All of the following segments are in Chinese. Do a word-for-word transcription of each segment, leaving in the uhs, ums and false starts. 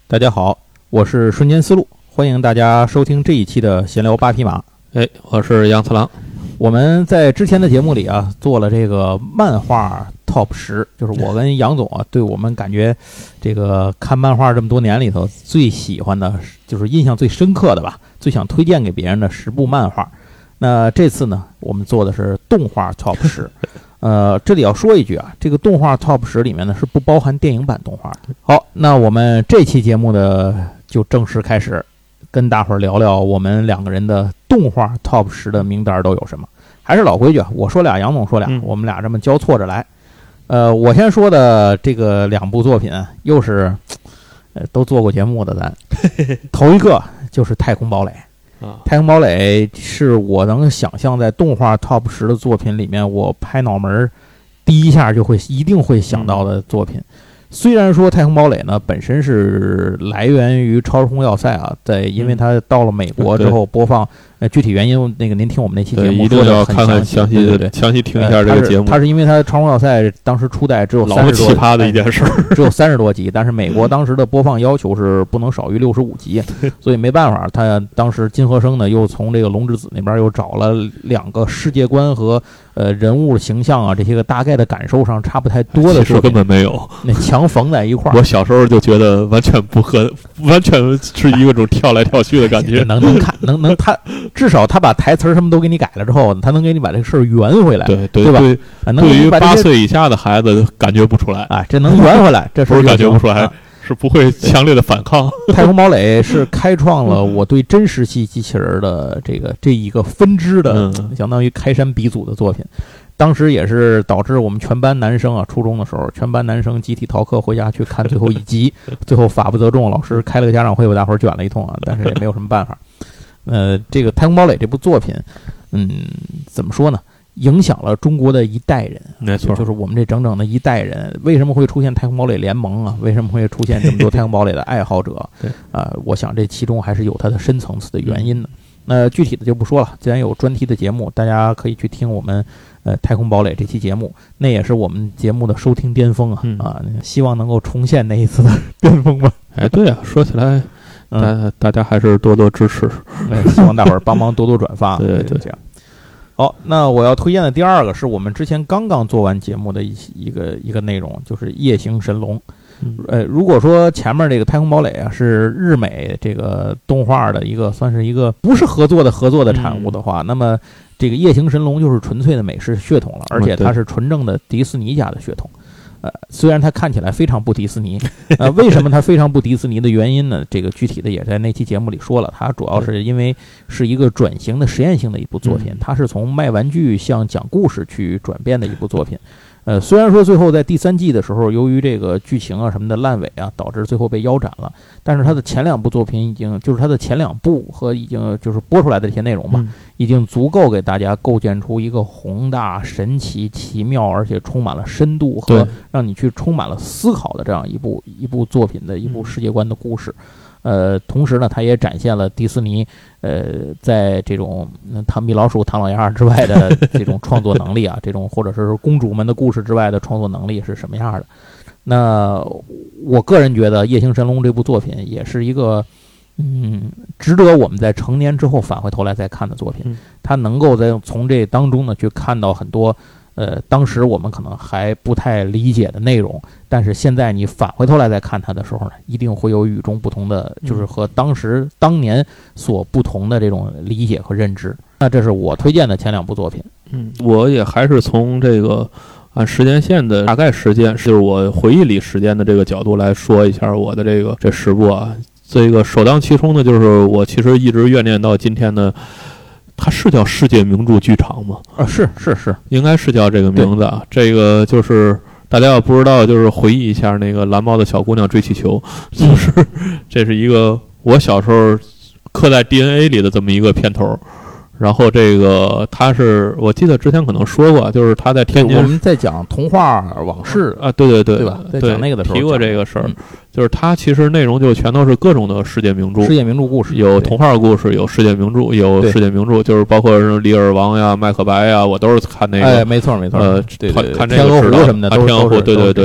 大家好，我是瞬间思路，欢迎大家收听这一期的闲聊八匹马。 哎，我是杨次郎。 我们在之前的节目里啊，做了这个漫画 top 十，就是我跟杨总啊，对我们感觉这个看漫画这么多年里头最喜欢的，就是印象最深刻的吧，最想推荐给别人的十部漫画。那这次呢，我们做的是动画 top 十。呃，这里要说一句啊，这个动画 top 十里面呢是不包含电影版动画的。好，那我们这期节目的就正式开始，跟大伙儿聊聊我们两个人的动画 top 十的名单都有什么。还是老规矩啊，我说俩，杨总说俩， 嗯、 我们俩这么交错着来。呃，我先说的这个两部作品，又是呃都做过节目的咱。头一个就是《太空堡垒》。 啊， 太空堡垒是我能想象在动画 top 十的作品里面，我拍脑门第一下就会一定会想到的作品。嗯、虽然说太空堡垒呢本身是来源于超时空要塞啊，在因为它到了美国之后播放，嗯、呃具体原因那个您听我们那期节目一定要看看详细对对详细听一下这个节目。 呃、它是因为它超时空要塞当时初代只有三十多， 老奇葩的一件事， 只有三十多集，但是美国当时的播放要求是不能少于六十五集，所以没办法，他当时金和生呢又从这个龙之子那边又找了两个世界观和呃人物形象啊这些个大概的感受上差不太多的， 其实根本没有， 那强缝在一块儿。 我小时候就觉得完全不合，完全是一个种跳来跳去的感觉。 能能看能能他至少他把台词什么都给你改了之后，他能给你把这个事儿圆回来， 对对吧？ 对， 能对于八岁以下的孩子感觉不出来， 哎，这能圆回来，这不是感觉不出来。 啊是不会强烈的反抗。 太空堡垒是开创了我对真实系机器人的这个这一个分支的， 嗯、 相当于开山鼻祖的作品。当时也是导致我们全班男生啊，初中的时候，全班男生集体逃课回家去看最后一集，最后法不责众，老师开了个家长会，把大伙儿卷了一通啊，但是也没有什么办法。呃，这个太空堡垒这部作品，嗯，怎么说呢？影响了中国的一代人， 没错， 就是我们这整整的一代人。为什么会出现太空堡垒联盟啊？为什么会出现这么多太空堡垒的爱好者？ 对啊、呃，我想这其中还是有它的深层次的原因的。那具体的就不说了，既然有专题的节目，大家可以去听我们呃太空堡垒这期节目，那也是我们节目的收听巅峰啊、 嗯、 啊！希望能够重现那一次的巅峰吧。 哎，对啊，说起来。大、嗯、大家还是多多支持， 哎、希望大伙儿帮忙多多转发。 对对对， 这样。好，那我要推荐的第二个是我们之前刚刚做完节目的一一个一个内容，就是《夜行神龙》。 嗯、 呃，如果说前面这个《太空堡垒》啊是日美这个动画的一个算是一个不是合作的合作的产物的话，嗯、那么这个《夜行神龙》就是纯粹的美式血统了，而且它是纯正的迪士尼家的血统。呃，虽然它看起来非常不迪士尼，呃，为什么它非常不迪士尼的原因呢？这个具体的也在那期节目里说了，它主要是因为是一个转型的实验性的一部作品，它是从卖玩具向讲故事去转变的一部作品。呃，虽然说最后在第三季的时候，由于这个剧情啊什么的烂尾啊，导致最后被腰斩了，但是它的前两部作品已经，就是它的前两部和已经就是播出来的这些内容吧， 嗯、 已经足够给大家构建出一个宏大、神奇、奇妙，而且充满了深度和让你去充满了思考的这样一部一部作品的一部世界观的故事。呃，同时呢，它也展现了迪士尼呃在这种唐米老鼠、唐老鸭之外的这种创作能力啊，这种或者是公主们的故事之外的创作能力是什么样的。那我个人觉得《夜行神龙》这部作品也是一个嗯值得我们在成年之后返回头来再看的作品。它能够在从这当中呢去看到很多呃，当时我们可能还不太理解的内容，但是现在你返回头来再看它的时候呢，一定会有与众不同的，就是和当时当年所不同的这种理解和认知。那这是我推荐的前两部作品。 嗯，我也还是从这个按时间线的大概时间，就是我回忆里时间的这个角度来说一下我的这个这十部啊。这个首当其冲的就是我其实一直怨念到今天的。它是叫世界名著剧场吗？ 啊，是是是， 应该是叫这个名字啊。这个就是大家要不知道，就是回忆一下那个蓝帽的小姑娘追气球，就是这是一个我小时候刻在 D N A 里的这么一个片头。然后这个他是我记得之前可能说过，就是他在天津， 我们在讲童话往事啊，对对对， 对吧？在讲那个的时候提过这个事儿、嗯，就是他其实内容就全都是各种的世界名著， 世界名著故事， 有童话故事，有世界名著，有世界名著，就是包括《李尔王》呀、《麦克白》呀，我都是看那个， 哎，没错没错， 呃， 对对对看这个天鹅湖什么的， 啊，天鹅湖，对对对。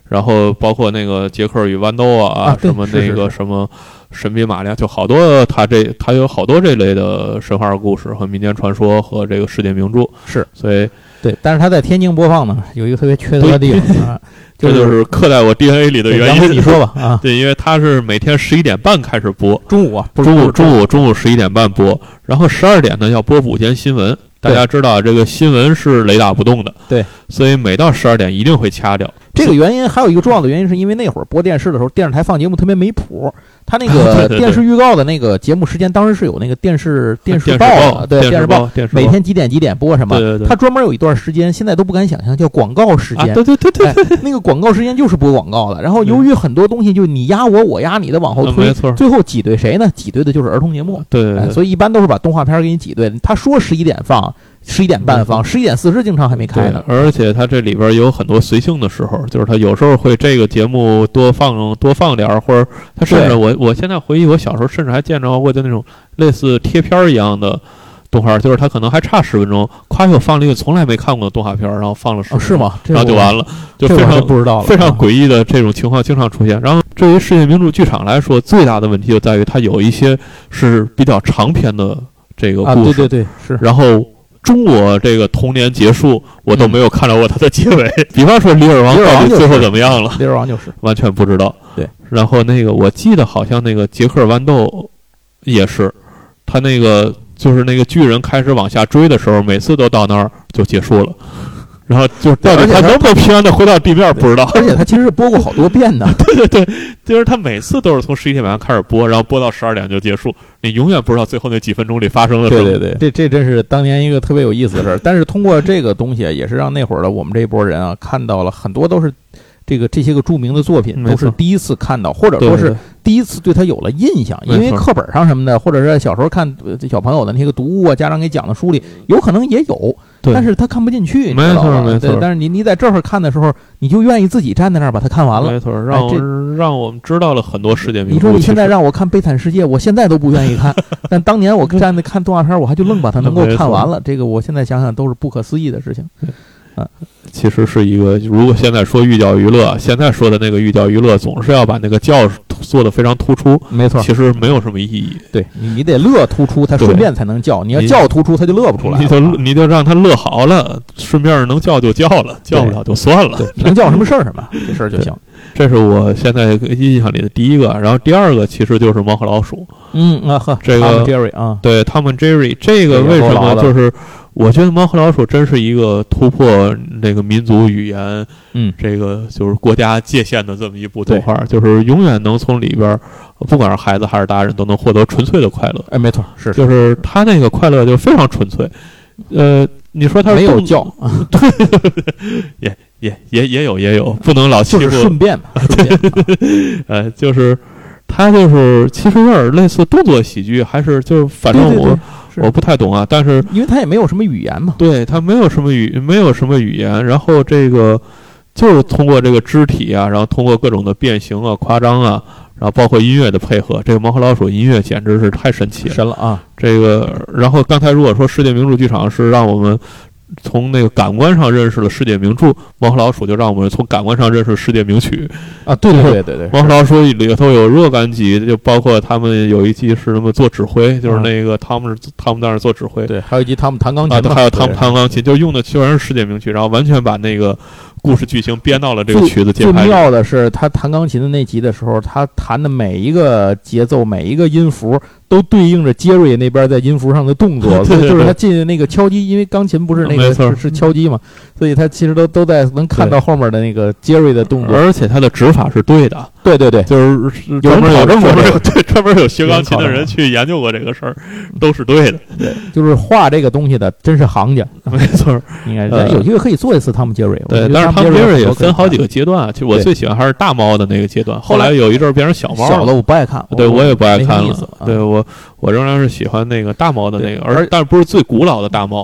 然后包括那个杰克与豌豆啊， 啊什么那个什么神笔马利亚，就好多他这他有好多这类的神话故事和民间传说和这个世界名著， 是， 所以对，但是他在天津播放呢，有一个特别缺德的地方啊， 这就是刻在我 D N A 里的原因。 你说吧啊， 对，因为他是每天十一点半开始播， 中午啊， 中午中午中午十一点半播，然后十二点呢要播午间新闻。大家知道这个新闻是雷打不动的， 对， 所以每到十二点一定会掐掉。 这个原因还有一个重要的原因，是因为那会儿播电视的时候，电视台放节目特别没谱。他那个电视预告的那个节目时间，当时是有那个电视电视报的，对，电视报，每天几点几点播什么。 对对对， 他专门有一段时间，现在都不敢想象，叫广告时间。 对对对对， 那个广告时间就是播广告的。然后由于很多东西就你压我，我压你的往后推， 没错， 最后挤兑谁呢？挤兑的就是儿童节目。 对对， 所以一般都是把动画片给你挤兑。他说十一点放。十一点半放，十一点四十经常还没开呢。 而且它这里边有很多随性的时候，就是它有时候会这个节目多放多放点儿，或者它甚至我我现在回忆我小时候甚至还见着过就那种类似贴片一样的动画，就是它可能还差十分钟，夸又放了一个从来没看过的动画片，然后放了十分钟， 哦，是吗？ 然后就完了，就非常不知道了， 非常诡异的这种情况经常出现。然后对于世界名著剧场来说，最大的问题就在于它有一些是比较长篇的这个故事， 啊、对对对，是， 然后。中我这个童年结束，我都没有看到过它的结尾。嗯、比方说《李尔王》到底最后怎么样了？ 李尔王就是完全不知道。 对， 然后那个我记得好像那个杰克豌豆也是，他那个就是那个巨人开始往下追的时候，每次都到那儿就结束了。然后就到底他能不能平安的回到地面不知道， 而且他其实是播过好多遍的。 对对对，就是他每次都是从十一点半开始播，然后播到十二点就结束，你永远不知道最后那几分钟里发生了什么。 对对对，这这真是当年一个特别有意思的事儿。但是通过这个东西，也是让那会儿的我们这一波人啊，看到了很多都是这个这些个著名的作品，都是第一次看到，或者说是第一次对他有了印象。因为课本上什么的，或者是小时候看小朋友的那个读物啊，家长给讲的书里，有可能也有。但是他看不进去， 没错没错。 但是你你在这儿看的时候，你就愿意自己站在那儿把它看完了。 没错，让我、哎、让我们知道了很多世界名著。 你说你现在让我看《悲惨世界》，我现在都不愿意看。但当年我站在看动画片，我还就愣把它能够看完了。这个我现在想想都是不可思议的事情。啊， 其实是一个，如果现在说寓教于乐，现在说的那个寓教于乐，总是要把那个教做得非常突出， 没错， 其实没有什么意义。 对你，你得乐突出，它顺便才能叫。你要叫突出，它就乐不出来了。 你就你就让他乐好了，顺便能叫就叫了，叫不了就算了。 对，能叫什么事儿什么，这事儿就行。 这是我现在印象里的第一个，然后第二个其实就是猫和老鼠。 嗯啊呵， 这个 Tom Jerry 啊， 对 Tom and Jerry， 这个为什么就是？我觉得猫和老鼠真是一个突破那个民族语言， 嗯， 这个就是国家界限的这么一部动画，就是永远能从里边，不管是孩子还是大人，都能获得纯粹的快乐。 哎，没错，是， 就是他那个快乐就非常纯粹。呃，你说他没有叫， 对，也也也也有也有，不能老欺负， 就是顺便嘛，顺便呃，就是他就是其实有点类似动作喜剧，还是就是反正我。 对对对我不太懂啊，但是因为他也没有什么语言嘛， 对他没有什么语，没有什么语言，然后这个就是通过这个肢体啊，然后通过各种的变形啊、夸张啊，然后包括音乐的配合，这个猫和老鼠音乐简直是太神奇了， 神了啊！ 这个，然后刚才如果说世界名著剧场是让我们从那个感官上认识了世界名著，猫和老鼠就让我们从感官上认识世界名曲啊！对对对对对， 猫和老鼠里头有若干集，就包括他们有一集是什么做指挥，就是那个汤姆汤姆在那做指挥， 对，还有一集汤姆弹钢琴， 啊，还有汤姆弹钢琴，就用的全是世界名曲，然后完全把那个故事剧情编到了这个曲子节拍。 最妙的是，他弹钢琴的那集的时候，他弹的每一个节奏、每一个音符，都对应着杰瑞那边在音符上的动作。 对对对， 就是他进那个敲击，因为钢琴不是那个是是敲击嘛，所以他其实都都在能看到后面的那个杰瑞的动作， 而且他的指法是对的。 对对对， 就是专门有专门有对专门有学钢琴的人去研究过这个事儿，都是对的。 对，就是画这个东西的真是行家， 没错。 应该是有机会可以做一次汤姆杰瑞。 对，但是汤姆杰瑞也分好几个阶段，其实我最喜欢还是大猫的那个阶段，后来有一阵变成小猫。 小的我不爱看， 对我也不爱看了。对我我仍然是喜欢那个大猫的那个，而但是不是最古老的大猫。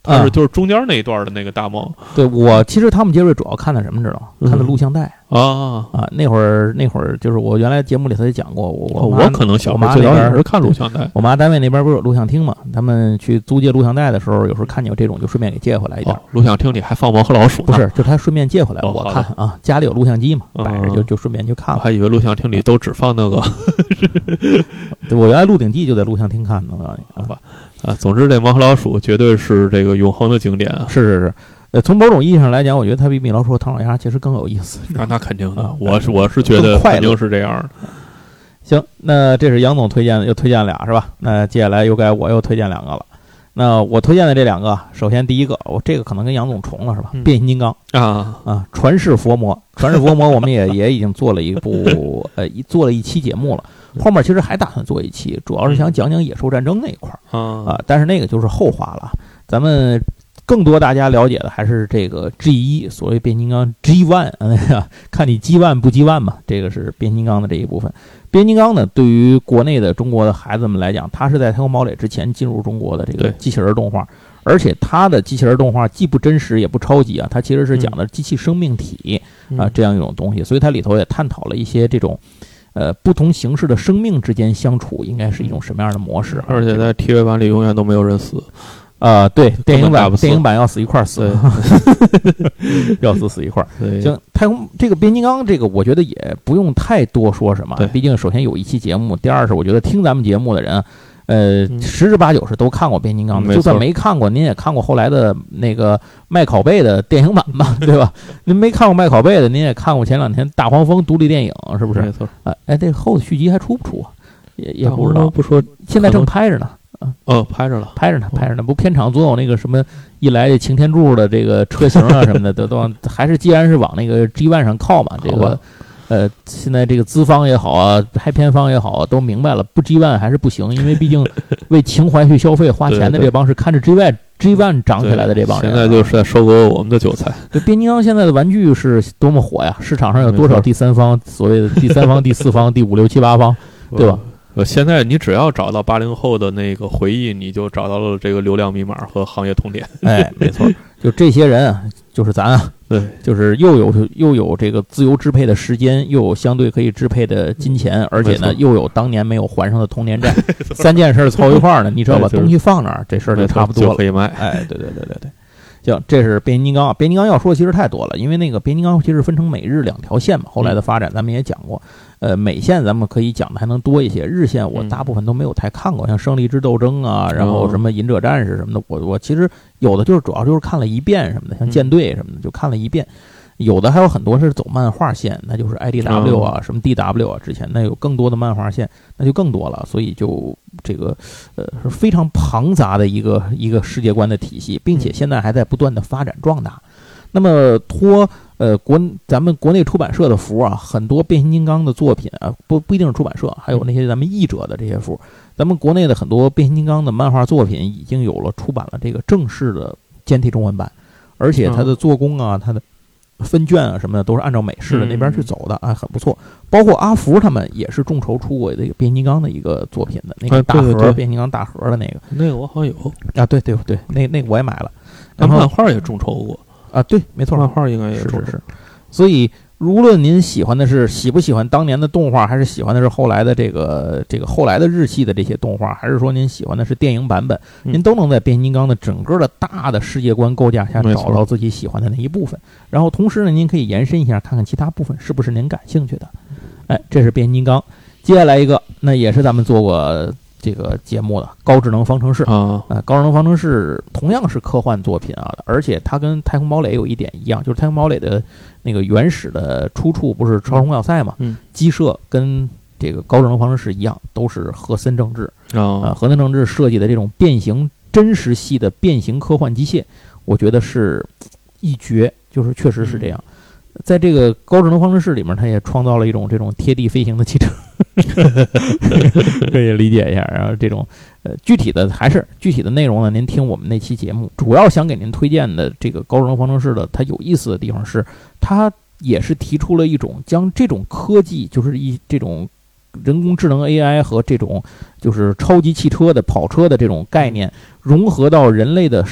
它是就是中间那一段的那个大梦。 嗯、对我其实汤姆杰瑞主要看的什么知道吗？看的录像带啊啊，那会儿那会儿就是我原来节目里头也讲过，我我、 哦、我可能小时候最早也是看录像带。 我妈单位那边不是有录像厅嘛？他们去租借录像带的时候，有时候看见有这种就顺便给借回来一点。 哦、录像厅里还放猫和老鼠呢？ 不是，就他顺便借回来、哦、我看啊，家里有录像机嘛， 嗯、 摆着就就顺便就看了。 我还以为录像厅里都只放那个。 我原来《鹿鼎记》就在录像厅看的， 好吧。啊，总之这猫和老鼠绝对是这个永恒的经典啊！ 是是是，呃，从某种意义上来讲，我觉得它比米老鼠和唐老鸭其实更有意思。 那那肯定的，啊、我是我是觉得肯定是这样的。 行，那这是杨总推荐的，又推荐俩是吧？那接下来又该我又推荐两个了。那我推荐的这两个，首先第一个，我这个可能跟杨总重了是吧？ 嗯、 变形金刚啊啊，传世佛魔，传世佛魔，我们也也已经做了一部呃一做了一期节目了。后面其实还打算做一期，主要是想讲讲野兽战争那一块儿啊，但是那个就是后话了。咱们更多大家了解的还是这个 G 一，所谓变形金刚 G 一 那个，看你 G 一 不 G 一 嘛，这个是变形金刚的这一部分。变形金刚呢，对于国内的中国的孩子们来讲，它是在太空堡垒之前进入中国的这个机器人动画，而且它的机器人动画既不真实也不超级啊，它其实是讲的机器生命体、嗯、啊这样一种东西，所以它里头也探讨了一些这种。呃，不同形式的生命之间相处应该是一种什么样的模式？ 而且在 T V 版里永远都没有人死。 啊、呃，对，电影版电影版要死一块死，要死死一块。行，太空这个变形金刚这个，我觉得也不用太多说什么，毕竟首先有一期节目，第二是我觉得听咱们节目的人。呃，十之八九是都看过变形金刚的，就算没看过，您也看过后来的那个麦考贝的电影版吧，对吧？您没看过麦考贝的，您也看过前两天大黄蜂独立电影，是不是？ 没错。 哎哎，这后续集还出不出啊？也也不知道， 不说， 现在正拍着呢。啊， 哦，拍着了， 拍着呢，拍着呢。不，片场总有那个什么一来这擎天柱的这个车型啊什么的，都都还是既然是往那个 G 一 上靠嘛，这个。呃，现在这个资方也好啊，拍片方也好、啊，都明白了，不 G 一 还是不行，因为毕竟为情怀去消费花钱的这帮是看着 G 一 G 一 长起来的这帮人、啊， 现在就是在收购我们的韭菜。 对，变形金刚现在的玩具是多么火呀！市场上有多少第三方，所谓的第三方、第四方、第五六七八方，对吧？ 呃，现在你只要找到八零后的那个回忆，你就找到了这个流量密码和行业痛点。 哎，没错，就这些人啊，就是咱啊。 对， 就是又有又有这个自由支配的时间，又有相对可以支配的金钱，而且呢，又有当年没有还上的童年债，三件事凑一块儿呢，你只要把东西放那儿，这事儿就差不多了， 就可以卖。 哎，对对对对对。行，这是变形金刚啊！变形金刚要说其实太多了，因为那个变形金刚其实分成美日两条线嘛。后来的发展咱们也讲过，呃，美线咱们可以讲的还能多一些，日线我大部分都没有太看过，像《胜利之斗争》啊，然后什么《隐者战士》什么的，我我其实有的就是主要就是看了一遍什么的，像舰队什么的就看了一遍。有的还有很多是走漫画线，那就是 I D W 啊，什么 D W 啊，之前那有更多的漫画线，那就更多了，所以就这个呃是非常庞杂的一个一个世界观的体系，并且现在还在不断的发展壮大。那么托呃国咱们国内出版社的福啊，很多变形金刚的作品啊，不不一定是出版社，还有那些咱们译者的这些福，咱们国内的很多变形金刚的漫画作品已经有了出版了这个正式的简体中文版，而且它的做工啊，它的分卷啊什么的都是按照美式的那边去走的，哎，很不错。包括阿福他们也是众筹出过这个变形金刚的一个作品的，那个大盒变形金刚大盒的那个， 那个我好像有啊，对对对，那那个我也买了， 然后漫画也众筹过啊，对，没错， 漫画应该也是是是，所以。无论您喜欢的是喜不喜欢当年的动画，还是喜欢的是后来的这个这个后来的日系的这些动画，还是说您喜欢的是电影版本， 嗯、 您都能在变形金刚的整个的大的世界观构架下找到自己喜欢的那一部分。然后同时呢，您可以延伸一下，看看其他部分是不是您感兴趣的。哎，这是变形金刚。接下来一个，那也是咱们做过这个节目的高智能方程式啊， 呃，高智能方程式同样是科幻作品啊，而且它跟太空堡垒有一点一样，就是太空堡垒的那个原始的出处不是超时空要塞嘛， 嗯， 机设跟这个高智能方程式一样，都是和森政治啊、 哦呃，和森政治设计的这种变形真实系的变形科幻机械，我觉得是一绝，就是确实是这样。嗯在这个高智能方程式里面，它也创造了一种这种贴地飞行的汽车，可以理解一下。然后这种呃具体的还是具体的内容呢，您听我们那期节目，主要想给您推荐的这个高智能方程式的它有意思的地方是，它也是提出了一种将这种科技，就是一这种人工智能 A I 和这种就是超级汽车的跑车的这种概念融合到人类的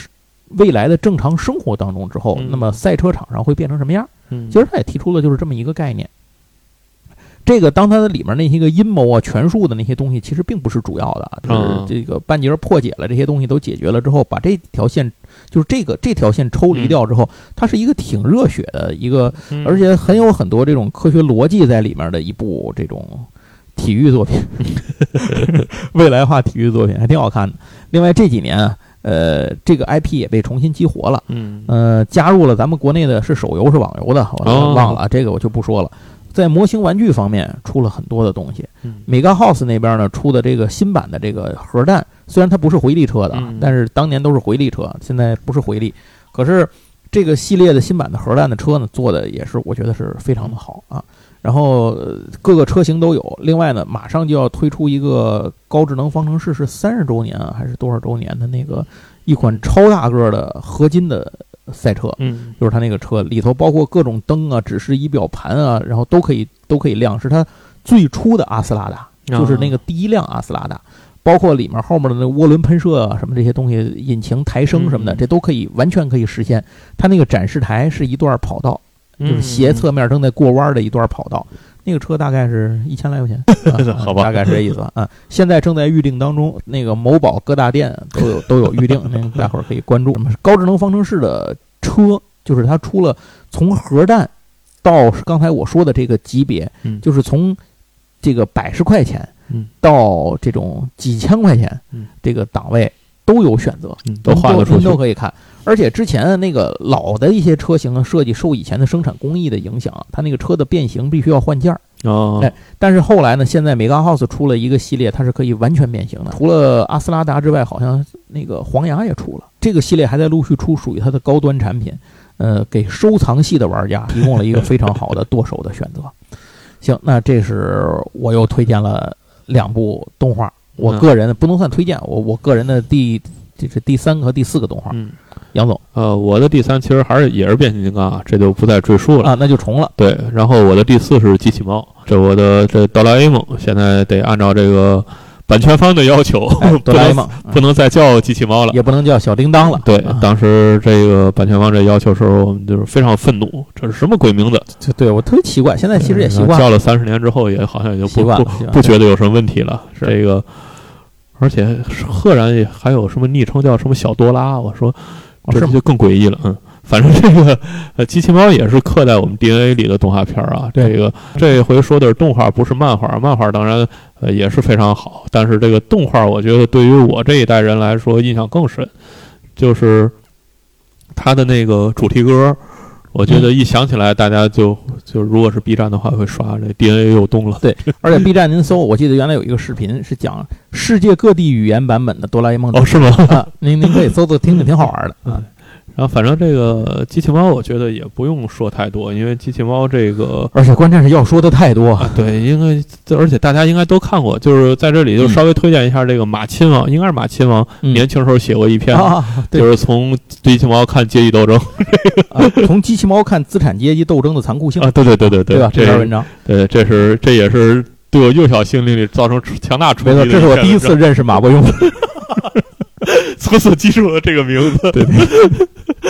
未来的正常生活当中之后， 嗯、 那么赛车场上会变成什么样？ 嗯， 其实他也提出了就是这么一个概念。这个当它的里面那些个阴谋啊、权术的那些东西，其实并不是主要的啊。就是这个半截破解了这些东西都解决了之后，把这条线就是这个这条线抽离掉之后，它是一个挺热血的一个，而且很有很多这种科学逻辑在里面的一部这种体育作品，未来化体育作品还挺好看的。另外这几年啊，呃，这个 I P 也被重新激活了， 嗯， 呃，加入了咱们国内的是手游是网游的，我忘了，这个我就不说了。在模型玩具方面出了很多的东西， 嗯 ，Mega House 那边呢出的这个新版的这个核弹，虽然它不是回力车的， 嗯、 但是当年都是回力车，现在不是回力，可是这个系列的新版的核弹的车呢，做的也是我觉得是非常的好啊。然后各个车型都有，另外呢，马上就要推出一个高智能方程式，是三十周年啊，还是多少周年的那个一款超大个的合金的赛车， 嗯， 就是它那个车里头包括各种灯啊、指示仪表盘啊，然后都可以都可以亮，是它最初的阿斯拉达，就是那个第一辆阿斯拉达，包括里面后面的那涡轮喷射啊什么这些东西，引擎抬升什么的，这都可以完全可以实现。它那个展示台是一段跑道，就是斜侧面正在过弯的一段跑道，那个车大概是一千来块钱，啊、 好吧， 大概是这意思啊。现在正在预定当中，那个某宝各大店都有都有预定，那大伙儿可以关注。高智能方程式的车，就是它出了从核弹到刚才我说的这个级别， 嗯、 就是从这个百十块钱到这种几千块钱， 嗯、 这个档位都有选择， 嗯、都画得出去， 都可以看。而且之前那个老的一些车型的设计受以前的生产工艺的影响，它那个车的变形必须要换件儿。 哦， 哎，但是后来呢，现在Mega House出了一个系列，它是可以完全变形的。除了阿斯拉达之外，好像那个黄牙也出了。这个系列还在陆续出，属于它的高端产品。呃，给收藏系的玩家提供了一个非常好的剁手的选择。行，那这是我又推荐了两部动画，我个人不能算推荐，我我个人的第这是第三个和第四个动画。 嗯， 杨总， 呃，我的第三其实还是也是变形金刚啊，这就不再赘述了啊，那就重了。 对，然后我的第四是机器猫，这我的这哆啦 A 梦现在得按照这个版权方的要求， 哎、哆啦 A 梦不能再叫机器猫了， 也不能叫小叮当了。 对， 啊、 当时这个版权方这要求时候，我们就是非常愤怒，这是什么鬼名字？ 对，我特别奇怪，现在其实也习惯了， 叫了三十年之后，也好像已经不不不觉得有什么问题了。这个，而且赫然也还有什么昵称叫什么小多拉，我说这就更诡异了，嗯。反正这个呃，机器猫也是刻在我们 D N A 里的动画片啊。这个这回说的是动画，不是漫画。漫画当然呃也是非常好，但是这个动画，我觉得对于我这一代人来说印象更深，就是它的那个主题歌，我觉得一想起来，大家就就如果是 B 站的话，会刷这 D N A 又动了。 对，而且 B 站您搜，我记得原来有一个视频是讲世界各地语言版本的哆啦 A 梦。 哦，是吗？ 啊，您您可以搜搜听听，挺好玩的啊。 然后反正这个机器猫，我觉得也不用说太多，因为机器猫这个， 而且关键是要说的太多。 啊、对，应该而且大家应该都看过，就是在这里就稍微推荐一下这个马亲王，嗯、应该是马亲王、嗯、年轻时候写过一篇， 啊、 就是从机器猫看阶级斗争， 啊、从机器猫看资产阶级斗争的残酷性啊，对对对对对，对吧？这篇文章， 对，这是这也是对我幼小心灵里造成强大冲击的。 没错，这是我第一次认识马伯庸。 从此记住了这个名字。 对对。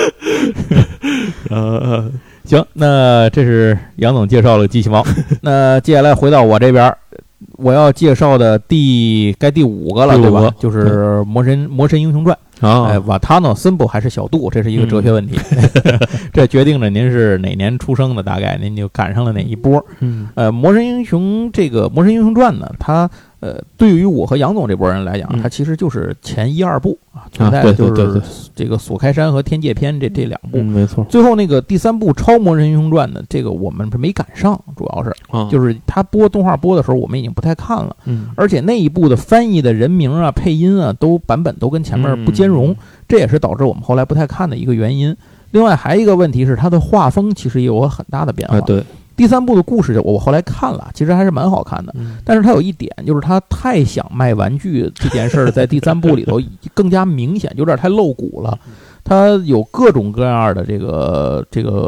呃， 行，那这是杨总介绍了机器猫。那接下来回到我这边，我要介绍的第该第五个了，对吧？就是魔神魔神英雄传啊， 哎，瓦塔诺森布还是小杜，这是一个哲学问题，嗯、这决定着您是哪年出生的，大概您就赶上了哪一波。 嗯， 呃，魔神英雄这个魔神英雄传呢，它呃，对于我和杨总这波人来讲， 嗯、 它其实就是前一二部啊，存在的就是这个锁开山和天界篇这这两部， 嗯，没错。 最后那个第三部超魔神英雄传呢，这个我们是没赶上，主要是， 啊、 就是他播动画播的时候，我们已经不太看了， 嗯， 而且那一部的翻译的人名啊、配音啊，都版本都跟前面不兼容， 嗯、 这也是导致我们后来不太看的一个原因。另外还有一个问题是，它的画风其实也有很大的变化。 啊、对。 第三部的故事我后来看了，其实还是蛮好看的，但是它有一点就是它太想卖玩具这件事儿，在第三部里头更加明显，有点太露骨了。它有各种各样的这个这个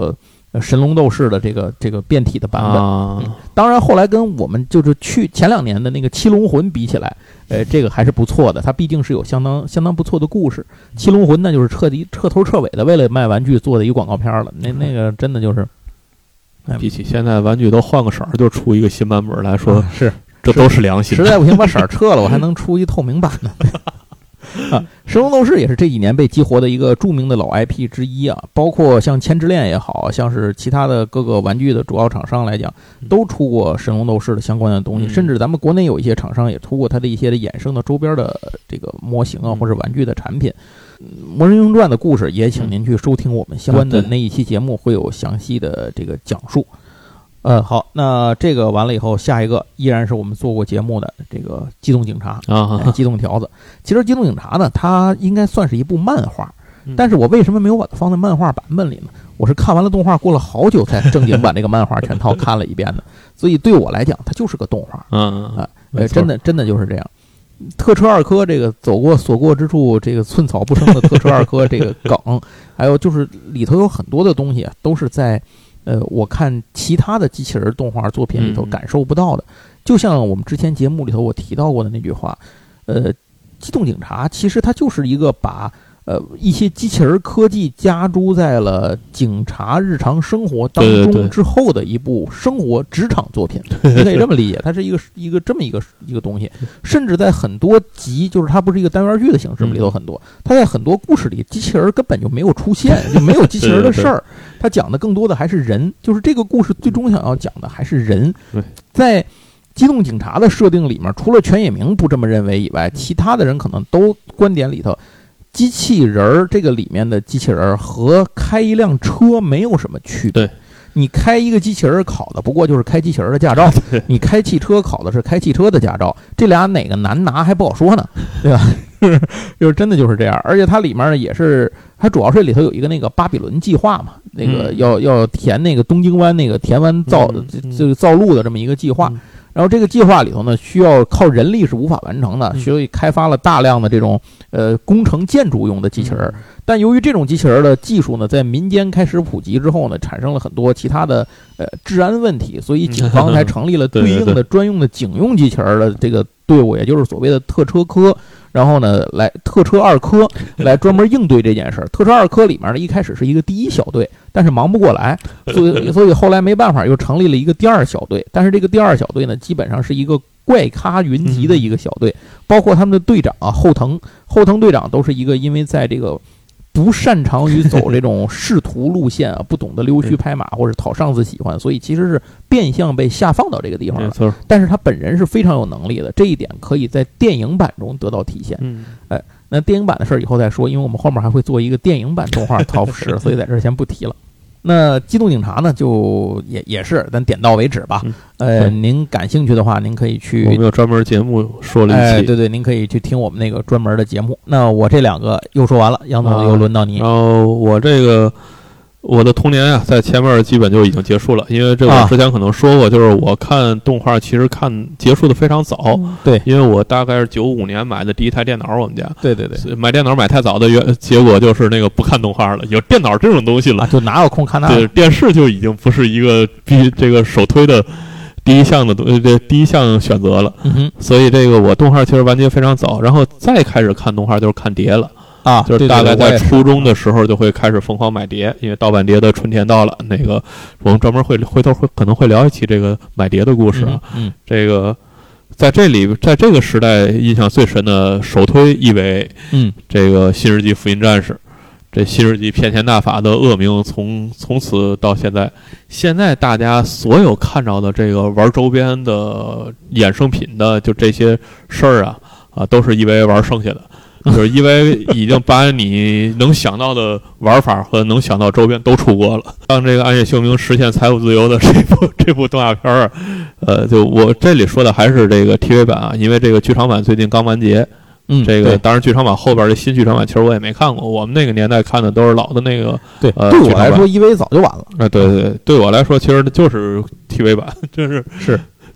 呃神龙斗士的这个这个变体的版本。 啊嗯、当然后来跟我们就是去前两年的那个七龙魂比起来，呃，这个还是不错的，它毕竟是有相当相当不错的故事。七龙魂呢，就是彻底彻头彻尾的为了卖玩具做的一个广告片了，那那个真的就是。 比起现在玩具都换个色儿就出一个新版本来说， 啊、是这都是良心。 实在不行把色儿撤了，我还能出一透明版的。啊，神龙斗士也是这几年被激活的一个著名的老 I P 之一啊，包括像千之恋也好像是其他的各个玩具的主要厂商来讲，都出过神龙斗士的相关的东西， 嗯、 甚至咱们国内有一些厂商也出过它的一些的衍生的周边的这个模型啊，或者玩具的产品。魔人英雄传的故事也请您去收听我们相关的那一期节目，会有详细的这个讲述。呃，好，那这个完了以后，下一个依然是我们做过节目的这个机动警察啊、 哎，机动条子。其实机动警察呢，它应该算是一部漫画，但是我为什么没有把它放在漫画版本里呢？我是看完了动画，过了好久才正经把这个漫画全套看了一遍的，所以对我来讲，它就是个动画。 嗯啊，呃，真的真的就是这样。特车二科这个走过所过之处，这个寸草不生的特车二科这个梗，还有就是里头有很多的东西啊，都是在呃我看其他的机器人动画作品里头感受不到的。就像我们之前节目里头我提到过的那句话，呃，机动警察其实它就是一个把呃一些机器人科技加诸在了警察日常生活当中之后的一部生活职场作品，你可以这么理解，它是一个一个这么一个一个东西。甚至在很多集，就是它不是一个单元剧的形式里头很多，它在很多故事里机器人根本就没有出现，就没有机器人的事儿，它讲的更多的还是人，就是这个故事最终想要讲的还是人。在机动警察的设定里面，除了全野明不这么认为以外，其他的人可能都观点里头，机器人儿这个里面的机器人和开一辆车没有什么区别。 对，你开一个机器人考的不过就是开机器人的驾照，你开汽车考的是开汽车的驾照，这俩哪个难拿还不好说呢，对吧？就是真的就是这样。而且它里面呢也是，它主要是里头有一个那个巴比伦计划嘛，那个要要填那个东京湾那个填湾造这个造路的这么一个计划。然后这个计划里头呢，需要靠人力是无法完成的，所以开发了大量的这种呃工程建筑用的机器人。但由于这种机器人的技术呢，在民间开始普及之后呢，产生了很多其他的呃治安问题，所以警方才成立了对应的专用的警用机器人的这个队伍，也就是所谓的特车科。然后呢，来特车二科来专门应对这件事儿。特车二科里面呢，一开始是一个第一小队，但是忙不过来，所以所以后来没办法又成立了一个第二小队。但是这个第二小队呢，基本上是一个怪咖云集的一个小队，包括他们的队长啊后藤后藤队长都是一个因为在这个不擅长于走这种仕途路线啊，不懂得溜须拍马或者讨上司喜欢，所以其实是变相被下放到这个地方了。但是他本人是非常有能力的，这一点可以在电影版中得到体现。 嗯， 哎，那电影版的事儿以后再说，因为我们后面还会做一个电影版动画 Top 十，所以在这儿先不提了。那机动警察呢，就也也是，咱点到为止吧。呃，您感兴趣的话，您可以去， 我们有专门节目说了一期， 哎，对对，您可以去听我们那个专门的节目。那我这两个又说完了，杨总又轮到你。 然后我这个我的童年啊，在前面基本就已经结束了，因为这我之前可能说过，就是我看动画其实看结束的非常早。 对， 因为我大概是九五年买的第一台电脑，我们家。 对对对， 买电脑买太早的原结果就是那个不看动画了，有电脑这种东西了， 啊、就哪有空看那？ 对，电视就已经不是一个必这个首推的第一项的东，这第一项选择了。 嗯哼， 所以这个我动画其实完结非常早，然后再开始看动画就是看碟了。 啊， 就是大概在初中的时候就会开始疯狂买碟，因为盗版碟的春天到了。那个我们专门会回头会可能会聊一期这个买碟的故事啊。 嗯，嗯这个在这里在这个时代印象最深的首推一为， 嗯， 这个新世纪福音战士，这新世纪骗钱大法的恶名从从此到现在，现在大家所有看到的这个玩周边的衍生品的就这些事儿啊啊，都是一为玩剩下的。就是因为已经把你能想到的玩法和能想到周边都出过了。让这个暗夜秀明实现财务自由的这部这部动画片儿，呃，就我这里说的还是这个 T V 版啊，因为这个剧场版最近刚完结。 嗯， 这个当然剧场版后边的新剧场版其实我也没看过，我们那个年代看的都是老的那个。 对， 呃， 对我来说 E V 早就完了。 啊、呃，对对对，对我来说其实就是 T V 版，就是是。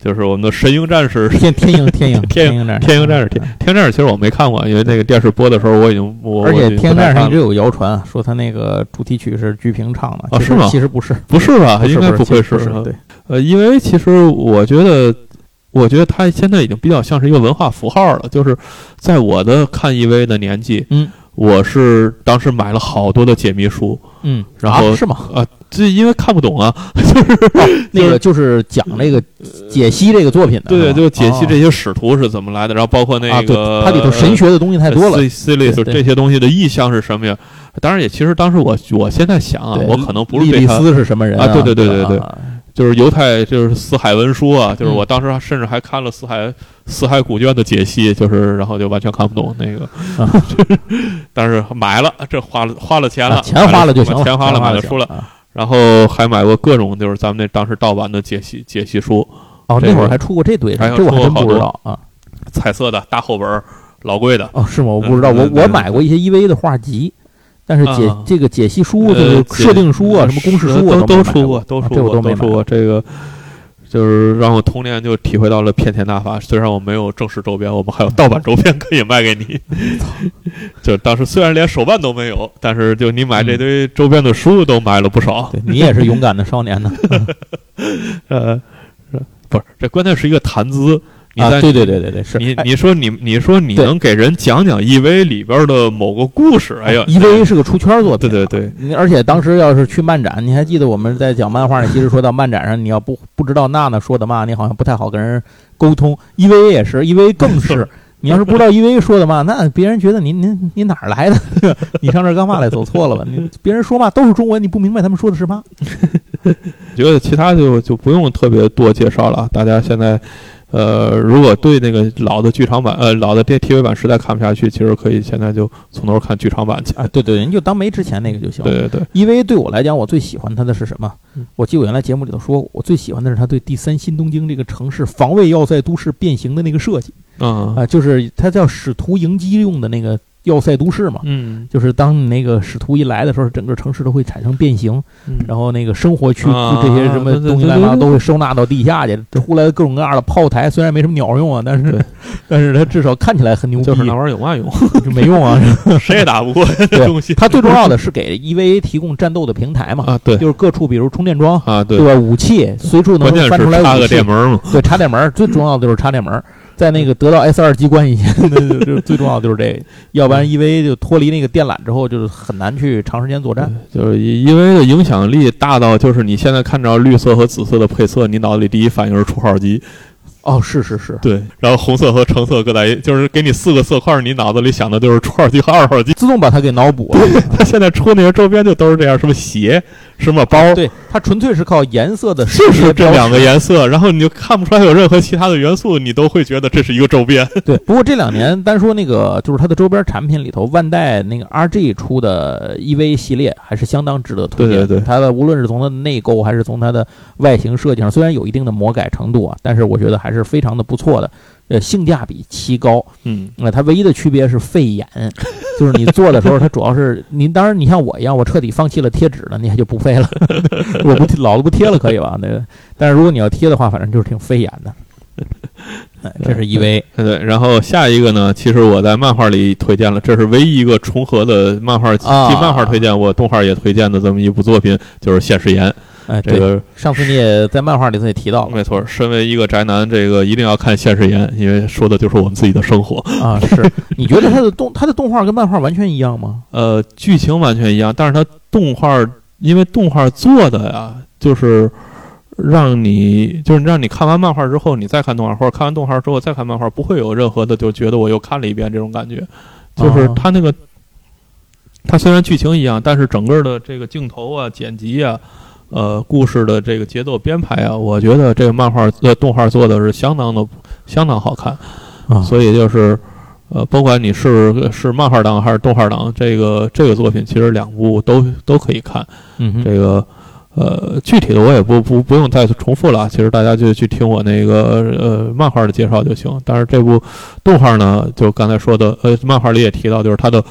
就是我们的神鹰战士， 天天鹰天鹰天鹰战士， 天鹰战士，天天鹰战士其实我没看过，因为那个电视播的时候我已经我而且天鹰战士上一直有谣传说他那个主题曲是鞠萍唱的， 哦，是吗？ 其实不是， 不是吧？应该不会是，对， 呃，因为其实我觉得。我觉得他现在已经比较像是一个文化符号了，就是在我的看 E V 的年纪， 嗯， 我是当时买了好多的解密书， 嗯， 然后、 啊、是吗？ 啊，这因为看不懂啊，就是、 哦、那个就是讲那个解析这个作品的， 对对，就解析这些使徒是怎么来的，然后包括那个、 啊、它里头神学的东西太多了 ，C C 这些东西的意象是什么呀？当然也其实当时我我现在想啊，我可能不是对他利比斯是什么人啊？对对对对对。 啊就是犹太，就是死海文书啊，就是我当时甚至还看了死海死海古卷的解析，就是然后就完全看不懂那个，啊、但是买了，这花了花了钱了， 啊、钱花了就行了， 钱花了买了书了，啊、然后还买过各种就是咱们那当时盗版的解析解析书。 哦，那会儿还出过这堆， 这我还真不知道啊。 彩色的大厚本，老贵的。 哦，是吗？我不知道， 嗯、 我我买过一些 E V 的画集。但是解、 啊、 这个解析书、就是设定书啊、 呃、 什么公式书啊， 都都出过，都出过， 这我都没出过。这个就是让我童年就体会到了骗钱大法。虽然我没有正式周边，我们还有盗版周边可以卖给你。就当时虽然连手办都没有，但是就你买这堆周边的书都买了不少。 对，你也是勇敢的少年呢。 呃，不是，这关键是一个谈资。你啊，对对对对对，是你你说你你说你能给人讲讲 E V 里边的某个故事？哎呀 ，E V 是个出圈作品， 对对对。 而且当时要是去漫展，你还记得我们在讲漫画那，其实说到漫展上，你要不不知道娜娜说的嘛，你好像不太好跟人沟通。E V 也是 ，E V 更是，你要是不知道 E V 说的嘛，那别人觉得您您你哪儿来的？你上这儿干嘛来？走错了吧？你别人说嘛都是中文，你不明白他们说的是嘛？ 觉得其他就就不用特别多介绍了，大家现在。呃，如果对那个老的剧场版，呃，老的电 T V 版实在看不下去，其实可以现在就从头看剧场版去。 啊，对对，您就当没之前那个就行。 对对对， 因为对我来讲，我最喜欢它的是什么？ 嗯、 我记得我原来节目里头说过，我最喜欢的是它对第三新东京这个城市防卫要塞都市变形的那个设计。 啊、 呃、就是它叫使徒迎击用的那个要塞都市嘛。 嗯， 就是当你那个使徒一来的时候，整个城市都会产生变形， 嗯、 然后那个生活区、 啊、 这些什么东西乱七八糟都会收纳到地下去，出来各种各样的炮台，虽然没什么鸟用啊，但是但是它至少看起来很牛逼。 就是那玩意儿有嘛用？ 没用啊， 谁也打不过这东西。 它最重要的是给 E V A 提供战斗的平台嘛。 啊，对， 就是各处比如充电桩啊，对， 对吧？武器随处能翻出来武器。 插个电门嘛。 对，插电门最重要的就是插电门。在那个得到 S 二 机关以前，就最重要的就是这个，要不然 E V A 就脱离那个电缆之后，就是很难去长时间作战。 就是 E V A 的影响力大到，就是你现在看着绿色和紫色的配色，你脑子里第一反应是出号机。 哦，是是是， 对，然后红色和橙色各在一，就是给你四个色块，你脑子里想的就是初号机和二号机， 自动把它给脑补了。 他现在出那些周边就都是这样，什么鞋，什么包， 对，它纯粹是靠颜色的， 就是这两个颜色，然后你就看不出来有任何其他的元素，你都会觉得这是一个周边。 对，不过这两年单说那个，就是它的周边产品里头，万代那个 R G 出的 E V 系列还是相当值得推荐。 对对对， 它的无论是从它的内购还是从它的外形设计上，虽然有一定的魔改程度啊，但是我觉得还是非常的不错的。呃，性价比奇高， 嗯， 那、呃、它唯一的区别是费眼，就是你做的时候，它主要是你，当然你像我一样，我彻底放弃了贴纸了，你还就不费了，我不老子不贴了可以吧？那个，但是如果你要贴的话，反正就是挺费眼的。哎，这是 E V， 对，然后下一个呢，其实我在漫画里推荐了，这是唯一一个重合的漫画，既漫画推荐，我动画也推荐的这么一部作品，就是《现实言》。 哎， 这个上次你也在漫画里头也提到了， 没错。身为一个宅男，这个一定要看《现实言》，因为说的就是我们自己的生活啊。是，你觉得它的动它的动画跟漫画完全一样吗？ 呃，剧情完全一样，但是它动画，因为动画做的呀，就是让你就是让你看完漫画之后，你再看动画，或者看完动画之后再看漫画，不会有任何的就觉得我又看了一遍这种感觉。就是它那个，它虽然剧情一样，但是整个的这个镜头啊、剪辑啊。呃，故事的这个节奏编排啊，我觉得这个漫画呃动画做的是相当的相当好看， 啊、 所以就是呃，不管你是是漫画党还是动画党，这个这个作品其实两部都都可以看。 嗯， 这个呃具体的我也不不不用再重复了，其实大家就去听我那个呃漫画的介绍就行。但是这部动画呢，就刚才说的呃漫画里也提到，就是它的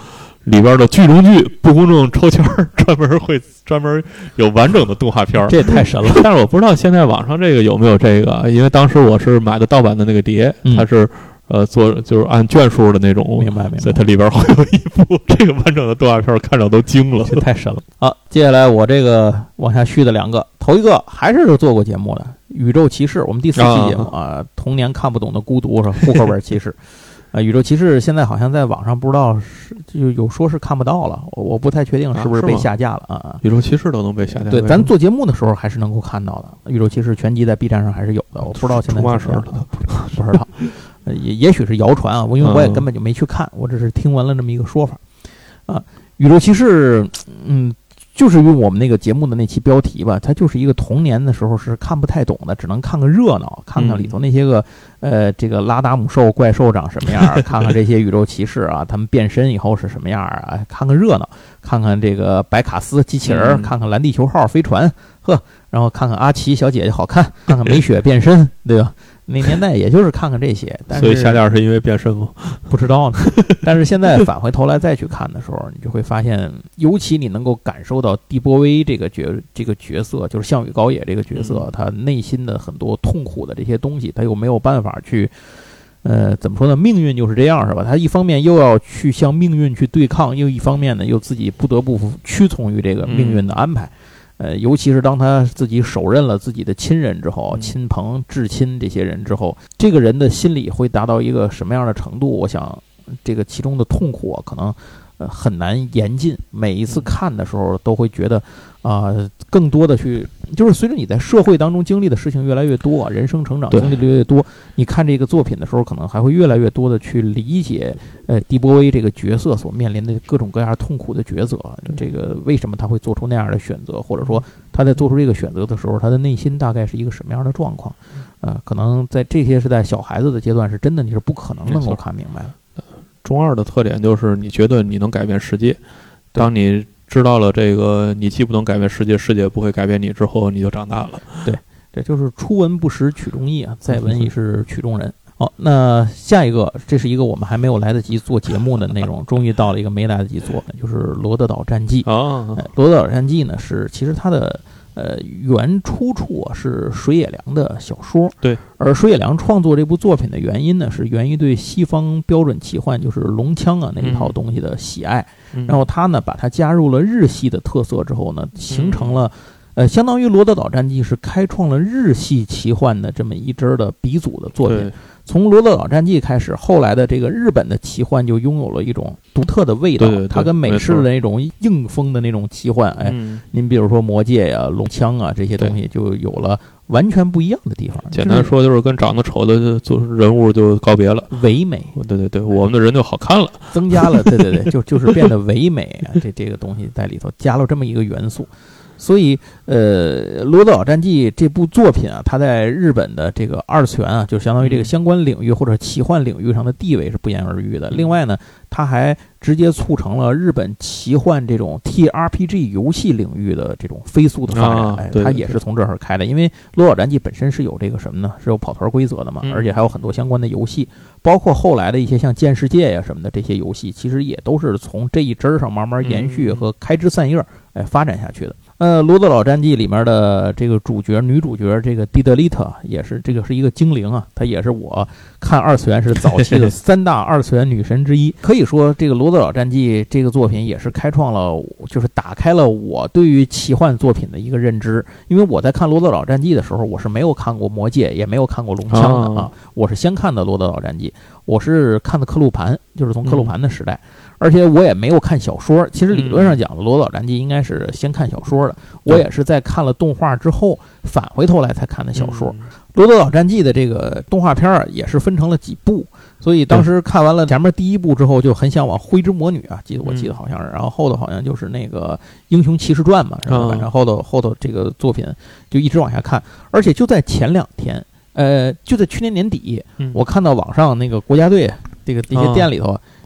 里边的剧中剧不公正抽签儿，专门会专门有完整的动画片儿， 这也太神了。 但是我不知道现在网上这个有没有这个，因为当时我是买的盗版的那个碟， 嗯、 它是呃做就是按卷数的那种， 明白明白。 所以它里边会有一部这个完整的动画片，看着都惊了， 这太神了。好，接下来我这个往下续的两个，头一个还是做过节目的《宇宙骑士》，我们第四期节目啊，啊童年看不懂的孤独是户口本骑士。呃，宇宙骑士现在好像在网上不知道是就有说是看不到了，我我不太确定是不是被下架了啊。啊宇宙骑士都能被下架？ 对，咱做节目的时候还是能够看到的。宇宙骑士全集在 B 站上还是有的，我不知道现在出嘛事了， 不知道，也也许是谣传啊，因为我也根本就没去看，我只是听闻了这么一个说法。啊，宇宙骑士，嗯。就是用我们那个节目的那期标题吧，它就是一个童年的时候是看不太懂的，只能看个热闹，看看里头那些个呃这个拉达姆兽怪兽长什么样，看看这些宇宙骑士啊，他们变身以后是什么样啊，看看热闹，看看这个白卡斯机器人，看看蓝地球号飞船，呵，然后看看阿奇小姐姐好看，看看美雪变身，对吧？那年代也就是看看这些，但是所以下架是因为变身吗？ 不知道呢。但是现在返回头来再去看的时候，你就会发现，尤其你能够感受到帝波威这个角这个角色，就是项羽高野这个角色，他内心的很多痛苦的这些东西，他又没有办法去，呃，怎么说呢？命运就是这样，是吧？他一方面又要去向命运去对抗，又一方面呢，又自己不得不屈从于这个命运的安排。呃，尤其是当他自己手刃了自己的亲人之后，亲朋至亲这些人之后，这个人的心理会达到一个什么样的程度？我想，这个其中的痛苦啊，可能呃很难言尽。每一次看的时候，都会觉得啊、呃，更多的去，就是随着你在社会当中经历的事情越来越多，人生成长经历的越来越多，你看这个作品的时候，可能还会越来越多的去理解，呃，迪波威这个角色所面临的各种各样痛苦的抉择，这个为什么他会做出那样的选择，或者说他在做出这个选择的时候，他的内心大概是一个什么样的状况？呃，可能在这些是在小孩子的阶段，是真的你是不可能能够看明白的。 中二的特点就是你觉得你能改变世界，当你知道了这个你既不能改变世界，世界不会改变你之后，你就长大了。 对，这就是初闻不识曲中意啊，再闻已是曲中人。好，那下一个，这是一个我们还没有来得及做节目的内容，终于到了一个没来得及做的，就是《罗德岛战记》啊。《罗德岛战记》呢是其实它的呃原出处啊是水野良的小说， 对。 而水野良创作这部作品的原因呢，是源于对西方标准奇幻，就是龙枪啊那一套东西的喜爱。 嗯、 然后他呢把它加入了日系的特色之后呢，形成了。呃，相当于《罗德岛战记》是开创了日系奇幻的这么一支的鼻祖的作品。从《罗德岛战记》开始，后来的这个日本的奇幻就拥有了一种独特的味道。 对对对， 它跟美式的那种硬风的那种奇幻，哎， 嗯、 您比如说魔戒呀、龙枪啊这些东西，就有了完全不一样的地方。 简单说就是跟长得丑的做人物就告别了， 唯美。 对对对，我们的人就好看了， 增加了，对对对，就就是变得唯美啊，这这个东西在里头加了这么一个元素。所以，呃，《罗德岛战记》这部作品啊，它在日本的这个二次元啊，就相当于这个相关领域或者奇幻领域上的地位是不言而喻的。另外呢，它还直接促成了日本奇幻这种 T R P G 游戏领域的这种飞速的发展。 啊、 哎，它也是从这儿开的。因为《罗德岛战记》本身是有这个什么呢？是有跑团规则的嘛，而且还有很多相关的游戏，包括后来的一些像《剑世界》呀什么的这些游戏，其实也都是从这一支儿上慢慢延续和开枝散叶，哎，发展下去的。呃，《罗德岛战记》里面的这个主角女主角这个蒂德丽特也是这个是一个精灵啊，她也是我看二次元是早期的三大二次元女神之一。可以说，这个《罗德岛战记》这个作品也是开创了，就是打开了我对于奇幻作品的一个认知。因为我在看《罗德岛战记》的时候，我是没有看过《魔戒》，也没有看过《龙枪》的啊，我是先看的《罗德岛战记》，我是看的克鲁盘，就是从克鲁盘的时代。嗯，而且我也没有看小说，其实理论上讲的《罗德岛战记》应该是先看小说的，我也是在看了动画之后返回头来才看的小说。《罗德岛战记》的这个动画片啊，也是分成了几部，所以当时看完了前面第一部之后，就很想往《灰之魔女》啊，记得我记得好像是，然后后头好像就是那个《英雄骑士传》嘛，然后反正后头后头这个作品就一直往下看，而且就在前两天，呃，就在去年年底，我看到网上那个国家队这个这些店里头。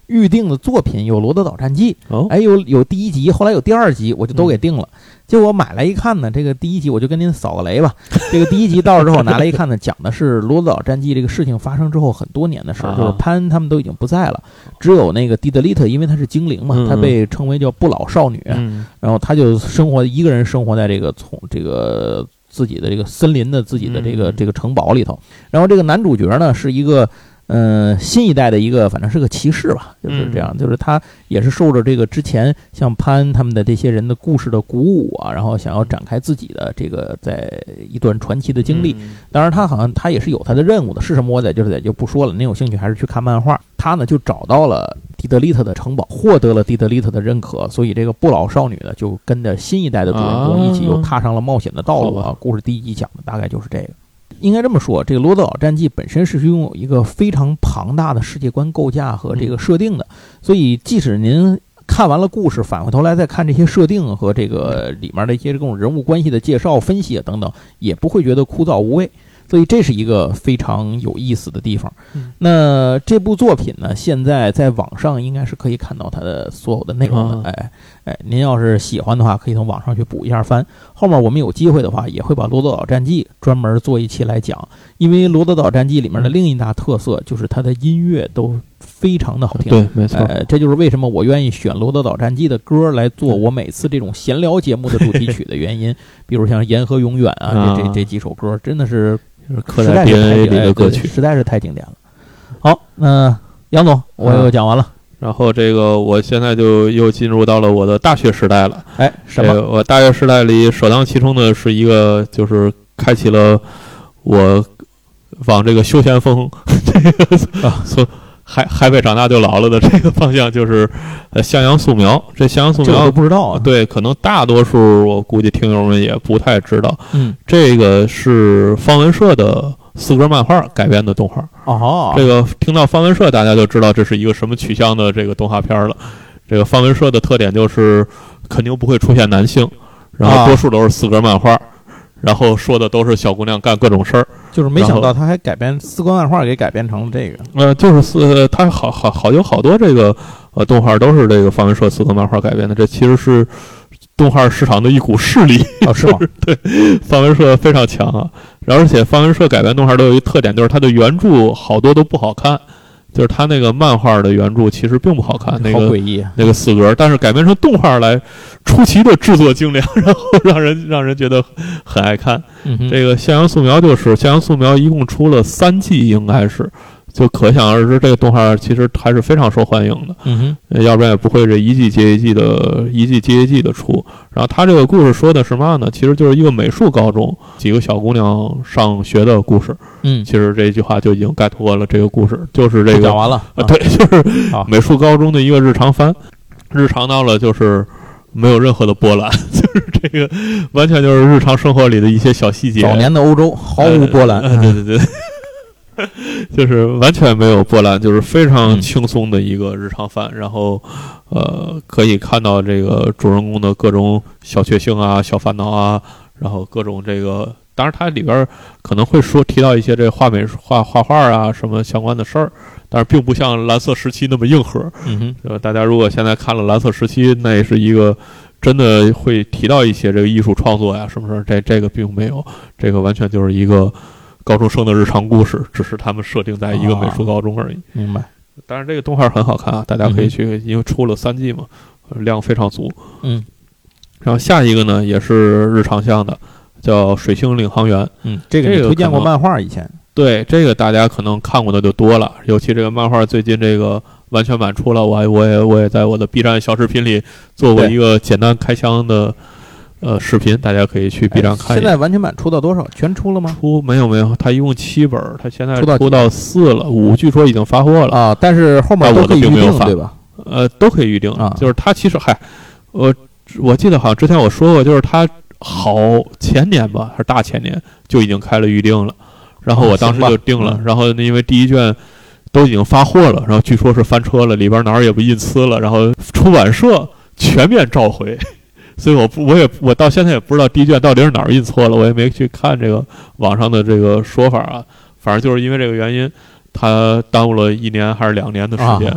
预定的作品有《罗德岛战记》， 哦， 哎，有有第一集，后来有第二集，我就都给定了。嗯、结果买来一看呢，这个第一集我就跟您扫个雷吧。这个第一集到了之后拿来一看呢，讲的是《罗德岛战记》这个事情发生之后很多年的事儿，啊、就是潘他们都已经不在了，只有那个蒂德利特，因为她是精灵嘛，她、嗯、被称为叫不老少女， 嗯、 然后她就生活一个人生活在这个从这个自己的这个森林的自己的这个、嗯、这个城堡里头。然后这个男主角呢是一个。嗯、呃，新一代的一个，反正是个骑士吧，就是这样，嗯、就是他也是受着这个之前像潘他们的这些人的故事的鼓舞啊，然后想要展开自己的这个在一段传奇的经历。 嗯、 当然，他好像他也是有他的任务的，是什么我在就是在就不说了。您有兴趣还是去看漫画。他呢就找到了蒂德利特的城堡，获得了蒂德利特的认可，所以这个不老少女呢就跟着新一代的主人公一起又踏上了冒险的道路啊。故事第一集讲的大概就是这个。应该这么说，这个《罗德岛战记》本身是拥有一个非常庞大的世界观构架和这个设定的，所以即使您看完了故事，返回头来再看这些设定和这个里面的一些这种人物关系的介绍、分析等等，也不会觉得枯燥无味。所以这是一个非常有意思的地方。 嗯、 那这部作品呢，现在在网上应该是可以看到它的所有的内容的。 嗯、 哎哎，您要是喜欢的话，可以从网上去补一下番。后面我们有机会的话，也会把《罗德岛战记》专门做一期来讲，因为《罗德岛战记》里面的另一大特色就是它的音乐都非常的好听。 对，没错。 呃，这就是为什么我愿意选《罗德岛战记》的歌来做我每次这种闲聊节目的主题曲的原因。比如像《言和永远》啊，这这这几首歌真的是。 就是刻在 D N A 里的歌曲， 实在是太经典了。好，那杨总，我又讲完了。 然后这个，我现在就又进入到了我的大学时代了。 哎，什么？ 我大学时代里首当其冲的是一个，就是开启了我往这个休闲风这个啊，从还还没长大就老了的这个方向，就是呃向阳素描。这向阳素描我不知道啊， 对，可能大多数我估计听友们也不太知道。 嗯， 这个是方文社的四格漫画改编的动画。 哦， 这个听到方文社，大家就知道这是一个什么取向的这个动画片了。这个方文社的特点就是肯定不会出现男性，然后多数都是四格漫画。啊，然后说的都是小姑娘干各种事儿， 就是没想到他还改编四格漫画给改编成了这个。 呃，就是四，他好好好有好多这个呃动画都是这个方文社四格漫画改编的，这其实是动画市场的一股势力。 哦，是吗？ 对，方文社非常强啊。而且方文社改编动画都有一特点，就是它的原著好多都不好看。就是他那个漫画的原著其实并不好看，那个好诡异， 那个四格，但是改编成动画来，出奇的制作精良，然后让人让人觉得很爱看。 嗯、 这个向阳素描就是向阳素描，一共出了三季，应该是，就可想而知，这个动画其实还是非常受欢迎的。 嗯哼，要不然也不会这一季接一季的，一季接一季的出。然后他这个故事说的是嘛呢？其实就是一个美术高中几个小姑娘上学的故事。 嗯， 其实这句话就已经概括了这个故事，就是这个讲完了。 啊，对，就是美术高中的一个日常番，日常到了就是没有任何的波澜，就是这个完全就是日常生活里的一些小细节。 早年的欧洲毫无波澜， 呃呃、对对对，就是完全没有波澜，就是非常轻松的一个日常番。嗯、然后，呃，可以看到这个主人公的各种小确幸啊、小烦恼啊，然后各种这个。当然，它里边可能会说提到一些这画美画画画啊什么相关的事儿，但是并不像蓝色时期那么硬核。 嗯哼，大家如果现在看了蓝色时期，那也是一个真的会提到一些这个艺术创作呀什么事儿，这这个并没有，这个完全就是一个高中生的日常故事，只是他们设定在一个美术高中而已。啊、 明白。 当然，这个动画很好看啊，大家可以去，嗯、因为出了三季嘛，量非常足。 嗯。 然后下一个呢，也是日常向的。叫水星领航员， 嗯，这个你推荐过漫画以前， 对这个大家可能看过的就多了，尤其这个漫画最近这个完全版出了，我我也我也在我的 B 站小视频里做过一个简单开箱的呃视频，大家可以去 B 站看一下。 现在完全版出到多少？全出了吗？ 出没有没有，它一共七本，它现在出到四了，五据说已经发货了啊，但是后面都可以预定，对吧？ 呃，都可以预定啊， 就是它其实还，我我记得好像之前我说过，就是它。好前年吧，还是大前年就已经开了预定了，然后我当时就定了， 嗯、 然后因为第一卷都已经发货了，然后据说是翻车了，里边哪儿也不印呲了，然后出版社全面召回，所以我不我也我到现在也不知道第一卷到底是哪儿印错了，我也没去看这个网上的这个说法啊，反正就是因为这个原因，它耽误了一年还是两年的时间。啊，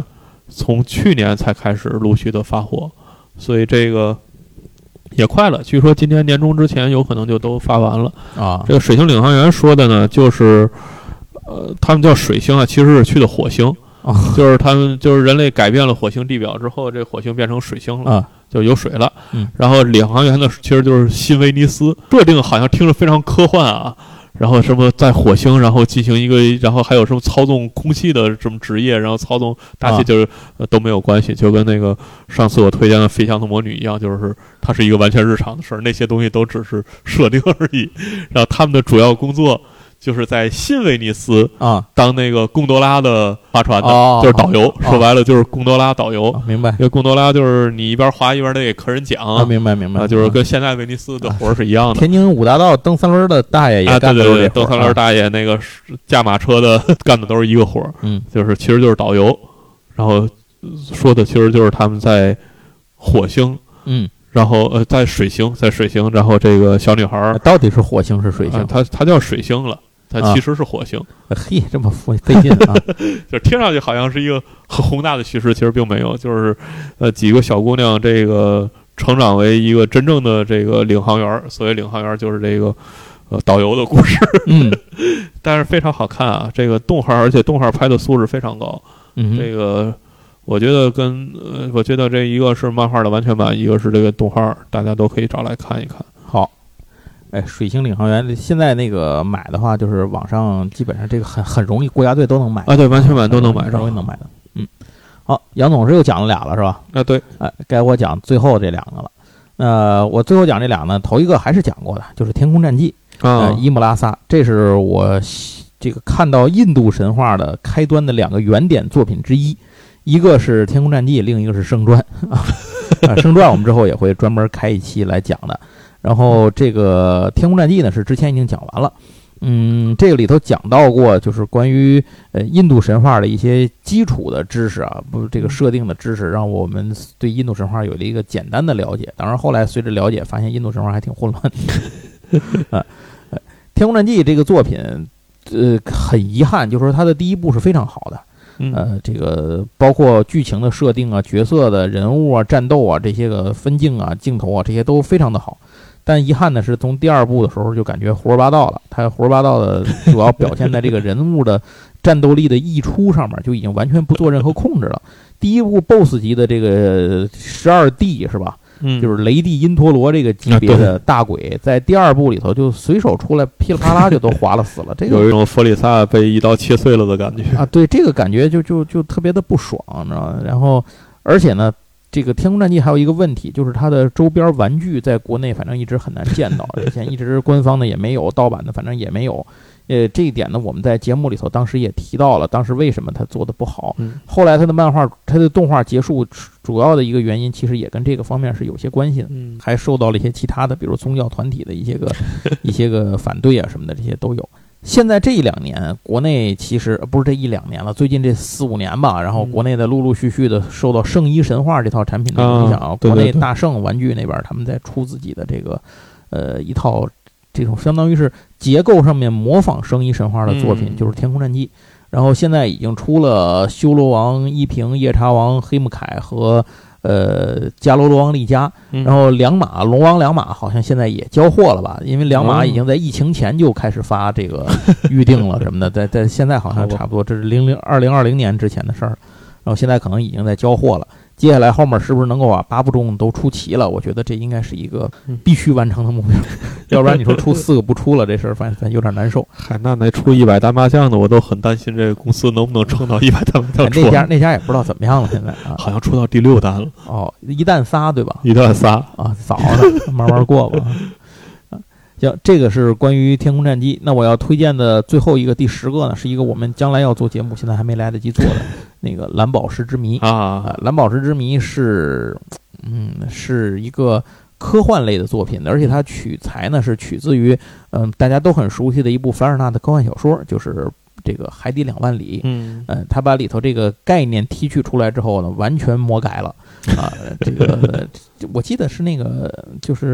从去年才开始陆续的发货，所以这个也快了。据说今年年中之前有可能就都发完了啊。 这个水星领航员说的呢，就是呃，他们叫水星啊，其实是去的火星。 啊， 就是他们就是人类改变了火星地表之后，这火星变成水星了， 啊， 就有水了。 嗯， 然后领航员呢，其实就是新威尼斯，设定好像听着非常科幻啊。然后什么在火星，然后进行一个，然后还有什么操纵空气的什么职业，然后操纵大气，就是、呃、都没有关系，就跟那个上次我推荐的《飞翔的魔女》一样，就是它是一个完全日常的事儿，那些东西都只是设定而已。然后他们的主要工作就是在新威尼斯啊当那个贡多拉的划船的， 哦、 就是导游、 哦。 说白了就是贡多拉导游， 哦、明白？ 因为贡多拉就是你一边划一边得给客人讲。 啊，明白明白。 啊，就是跟现在威尼斯的活儿是一样的。啊、 天津五大道蹬三轮的大爷也干的都是这活儿、啊、对对对，蹬三轮大爷那个驾马车的干的都是一个活儿。 嗯， 就是其实就是导游，然后说的其实就是他们在火星。 嗯。 然后呃，在水星，在水星，然后这个小女孩到底是火星是水星？ 啊、她她叫水星了。它其实是火星， 啊、嘿，这么费劲啊！ 就是听上去好像是一个很宏大的叙事，其实并没有，就是呃几个小姑娘这个成长为一个真正的这个领航员，所谓领航员就是这个呃导游的故事。 嗯， 但是非常好看啊，这个动画，而且动画拍的素质非常高。 嗯， 这个我觉得跟呃，我觉得这一个是漫画的完全版，一个是这个动画，大家都可以找来看一看。 好。哎，水星领航员现在那个买的话，就是网上基本上这个很很容易，国家队都能买啊，对，完全版都能买上， 容易能买的。嗯，好，杨总是又讲了俩了，是吧？ 啊，对， 哎，该我讲最后这两个了。呃，我最后讲这俩呢，头一个还是讲过的，就是《天空战记》 啊， 呃，伊姆拉萨，这是我这个看到印度神话的开端的两个原点作品之一，一个是《天空战记》，另一个是《圣传》啊。啊，《圣传》我们之后也会专门开一期来讲的。然后这个《天空战记》呢是之前已经讲完了，嗯，这个里头讲到过，就是关于呃印度神话的一些基础的知识啊，不是这个设定的知识，让我们对印度神话有了一个简单的了解。当然后来随着了解，发现印度神话还挺混乱的。啊，《天空战记》这个作品，呃，很遗憾，就是说它的第一部是非常好的。呃，这个包括剧情的设定啊、角色的人物啊、战斗啊这些个分镜啊、镜头啊，这些都非常的好。但遗憾的是，从第二部的时候就感觉胡说八道了。它胡说八道的主要表现在这个人物的战斗力的溢出上面，就已经完全不做任何控制了。第一部 B O S S 级的这个十二弟是吧？ 嗯， 就是雷帝因陀罗这个级别的大鬼，在第二部里头就随手出来噼里啪啦就都划了死了。这个有一种弗里萨被一刀切碎了的感觉啊！对，这个感觉就就就特别的不爽，你知道吗？然后，而且呢。这个《天空战记》还有一个问题，就是它的周边玩具在国内反正一直很难见到，之前一直官方的也没有，盗版的反正也没有。呃，这一点呢，我们在节目里头当时也提到了，当时为什么它做的不好。 嗯、 后来它的漫画、它的动画结束，主要的一个原因其实也跟这个方面是有些关系的， 嗯、 还受到了一些其他的，比如宗教团体的一些个一些个反对啊什么的，这些都有。现在这一两年，国内其实不是这一两年了，最近这四五年吧，然后国内的陆陆续续的受到圣衣神话这套产品的影响， 啊、 国内大圣玩具那边他们在出自己的这个呃一套这种相当于是结构上面模仿圣衣神话的作品， 嗯、 就是《天空战记》。然后现在已经出了修罗王伊平、夜叉王黑木凯和呃迦罗罗王利迦，然后两马龙王两马好像现在也交货了吧？因为两马已经在疫情前就开始发这个预定了什么的，在在现在好像差不多，这是零零二零二零年之前的事儿，然后现在可能已经在交货了。接下来后面是不是能够把八部众都出齐了？我觉得这应该是一个必须完成的目标，要不然你说出四个不出了，这事儿反正有点难受。 海纳那出一百单麻将的，我都很担心这个公司能不能撑到一百单麻将出。 那家那家也不知道怎么样了，现在啊， 好像出到第六单了。 哦，一单仨对吧？ 一单仨啊，早呢，慢慢过吧。行，这个是关于《天空战记》。那我要推荐的最后一个第十个呢，是一个我们将来要做节目，现在还没来得及做的那个《蓝宝石之谜》 啊。 呃、蓝宝石之谜是，嗯，是一个科幻类的作品，而且它取材呢是取自于，嗯、呃，大家都很熟悉的一部凡尔纳的科幻小说，就是这个《海底两万里》。 嗯， 呃，他把里头这个概念提取出来之后呢，完全魔改了啊。这个我记得是那个就是。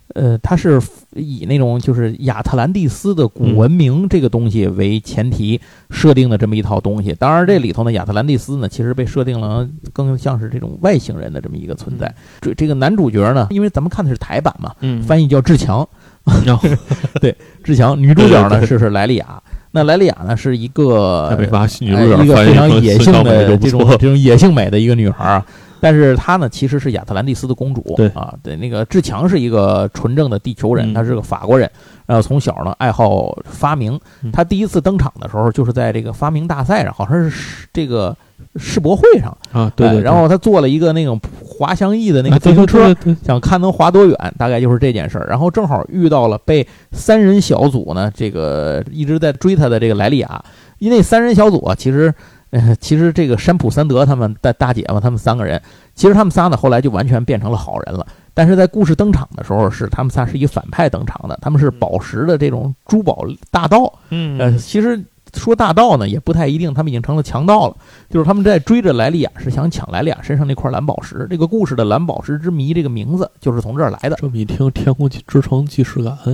呃，它是以那种就是亚特兰蒂斯的古文明这个东西为前提设定的这么一套东西。当然，这里头呢，亚特兰蒂斯呢，其实被设定了更像是这种外星人的这么一个存在。这这个男主角呢，因为咱们看的是台版嘛， 嗯， 翻译叫志强，对，志强。女主角呢是是莱利亚。那莱利亚呢是一个没把女主角、呃、一个非常野性的这种这种野性美的一个女孩啊。但是她呢，其实是亚特兰蒂斯的公主， 对啊，对，那个志强是一个纯正的地球人，他是个法国人，然后从小呢爱好发明，他第一次登场的时候就是在这个发明大赛上，好像是这个世博会上啊，对 对, 对、 哎，然后他做了一个那种滑翔翼的那个自行车， 啊、对对对对想看能滑多远，大概就是这件事儿。然后正好遇到了被三人小组呢，这个一直在追他的这个莱利亚，因为三人小组啊，其实。呃，其实这个山普三德他们大大姐嘛，他们三个人，其实他们仨呢后来就完全变成了好人了。但是在故事登场的时候，是他们仨是一个反派登场的，他们是宝石的这种珠宝大盗。嗯，呃，其实说大盗呢也不太一定，他们已经成了强盗了。就是他们在追着莱利亚，是想抢莱利亚身上那块蓝宝石。这个故事的蓝宝石之谜这个名字就是从这儿来的。 这么一听，天空之城既视感。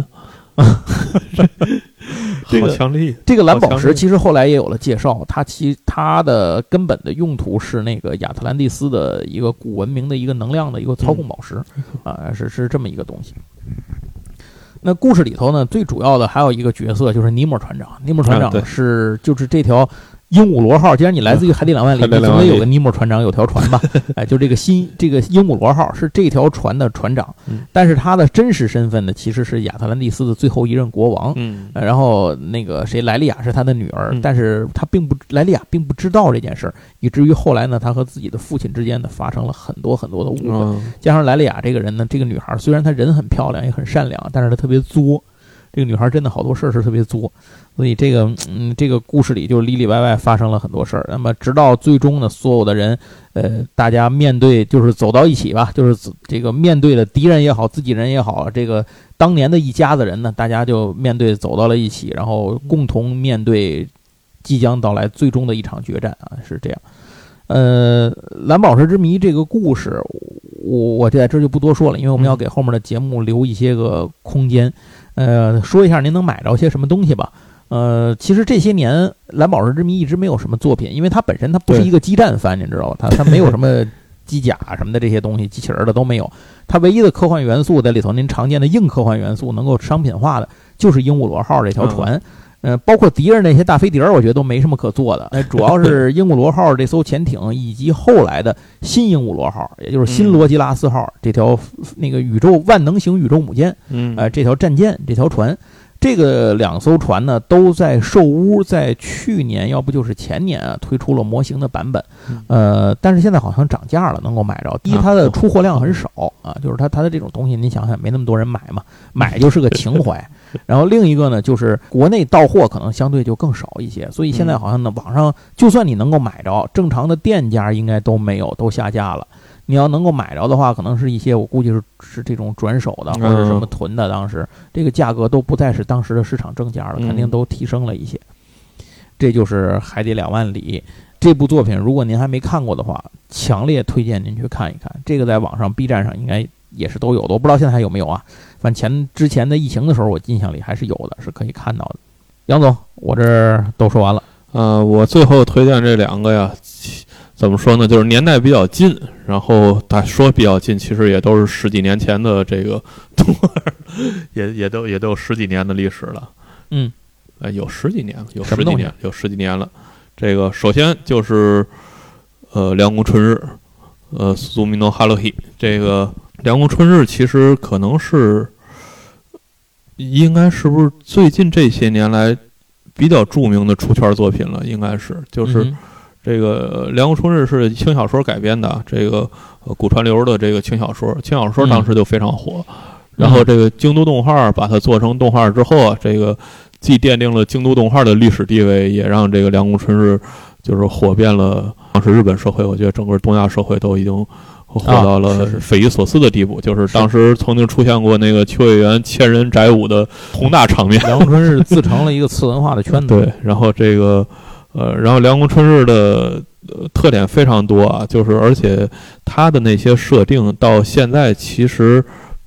这个好强力， 这个蓝宝石其实后来也有了介绍，它其它的根本的用途是那个亚特兰蒂斯的一个古文明的一个能量的一个操控宝石，嗯、啊，是是这么一个东西。那故事里头呢，最主要的还有一个角色就是尼莫船长，尼莫船长是、啊、就是这条。鹦鹉螺号，既然你来自于海底两万里，你总得有个尼莫船长，有条船吧？哎，就这个新这个鹦鹉螺号是这条船的船长，但是他的真实身份呢，其实是亚特兰蒂斯的最后一任国王。嗯，然后那个谁莱利亚是他的女儿，但是他并不莱利亚并不知道这件事，以至于后来呢，他和自己的父亲之间呢发生了很多很多的误会。加上莱利亚这个人呢，这个女孩虽然她人很漂亮，也很善良，但是她特别作。这个女孩真的好多事儿是特别作，所以这个嗯，这个故事里就里里外外发生了很多事儿。那么直到最终呢，所有的人，呃，大家面对就是走到一起吧，就是这个面对的敌人也好，自己人也好，这个当年的一家子人呢，大家就面对走到了一起，然后共同面对即将到来最终的一场决战啊，是这样。呃，蓝宝石之谜这个故事，我我在这就不多说了，因为我们要给后面的节目留一些个空间。呃，说一下您能买着些什么东西吧。呃，其实这些年蓝宝石之谜一直没有什么作品，因为它本身它不是一个激战番，你知道吧？它它没有什么机甲什么的这些东西，机器人的都没有。它唯一的科幻元素在里头，您常见的硬科幻元素能够商品化的，就是鹦鹉螺号这条船。嗯呃，包括敌人那些大飞碟，我觉得都没什么可做的。那主要是鹦鹉螺号这艘潜艇，以及后来的新鹦鹉螺号，也就是新罗吉拉斯号、嗯、这条那个宇宙万能型宇宙母舰，嗯，呃，这条战舰这条船，这个两艘船呢都在寿屋在去年要不就是前年啊推出了模型的版本，呃，但是现在好像涨价了，能够买着。第一，它的出货量很少啊，就是它它的这种东西，你想想没那么多人买嘛，买就是个情怀。然后另一个呢，就是国内到货可能相对就更少一些，所以现在好像呢，网上就算你能够买着，正常的店家应该都没有，都下架了。你要能够买着的话，可能是一些我估计是是这种转手的或者什么囤的，当时这个价格都不再是当时的市场正价了，肯定都提升了一些。这就是《海底两万里》这部作品，如果您还没看过的话，强烈推荐您去看一看。这个在网上 B 站上应该也是都有的，我不知道现在还有没有啊。反正前之前的疫情的时候，我印象里还是有的，是可以看到的。杨总，我这儿都说完了。 呃，我最后推荐这两个呀，怎么说呢？就是年代比较近，然后他说比较近，其实也都是十几年前的这个动画，也也都也都有十几年的历史了。 嗯， 呃，有十几年，有十几年，有十几年了。这个首先就是呃，凉宫春日，呃，苏米诺哈罗希。这个凉宫春日其实可能是，应该是不是最近这些年来比较著名的出圈作品了？应该是，就是这个凉宫春日是轻小说改编的，这个呃古川流的这个轻小说，轻小说当时就非常火。嗯、然后这个京都动画把它做成动画之后啊，这个既奠定了京都动画的历史地位，也让这个凉宫春日就是火遍了当时日本社会，我觉得整个东亚社会都已经火到了匪夷所思的地步。啊、是是就是当时曾经出现过那个秋叶原千人宅舞的宏大场面， 凉宫春日自成了一个次文化的圈子。 对，然后这个呃，然后凉宫春日的、呃、特点非常多啊，就是而且他的那些设定到现在其实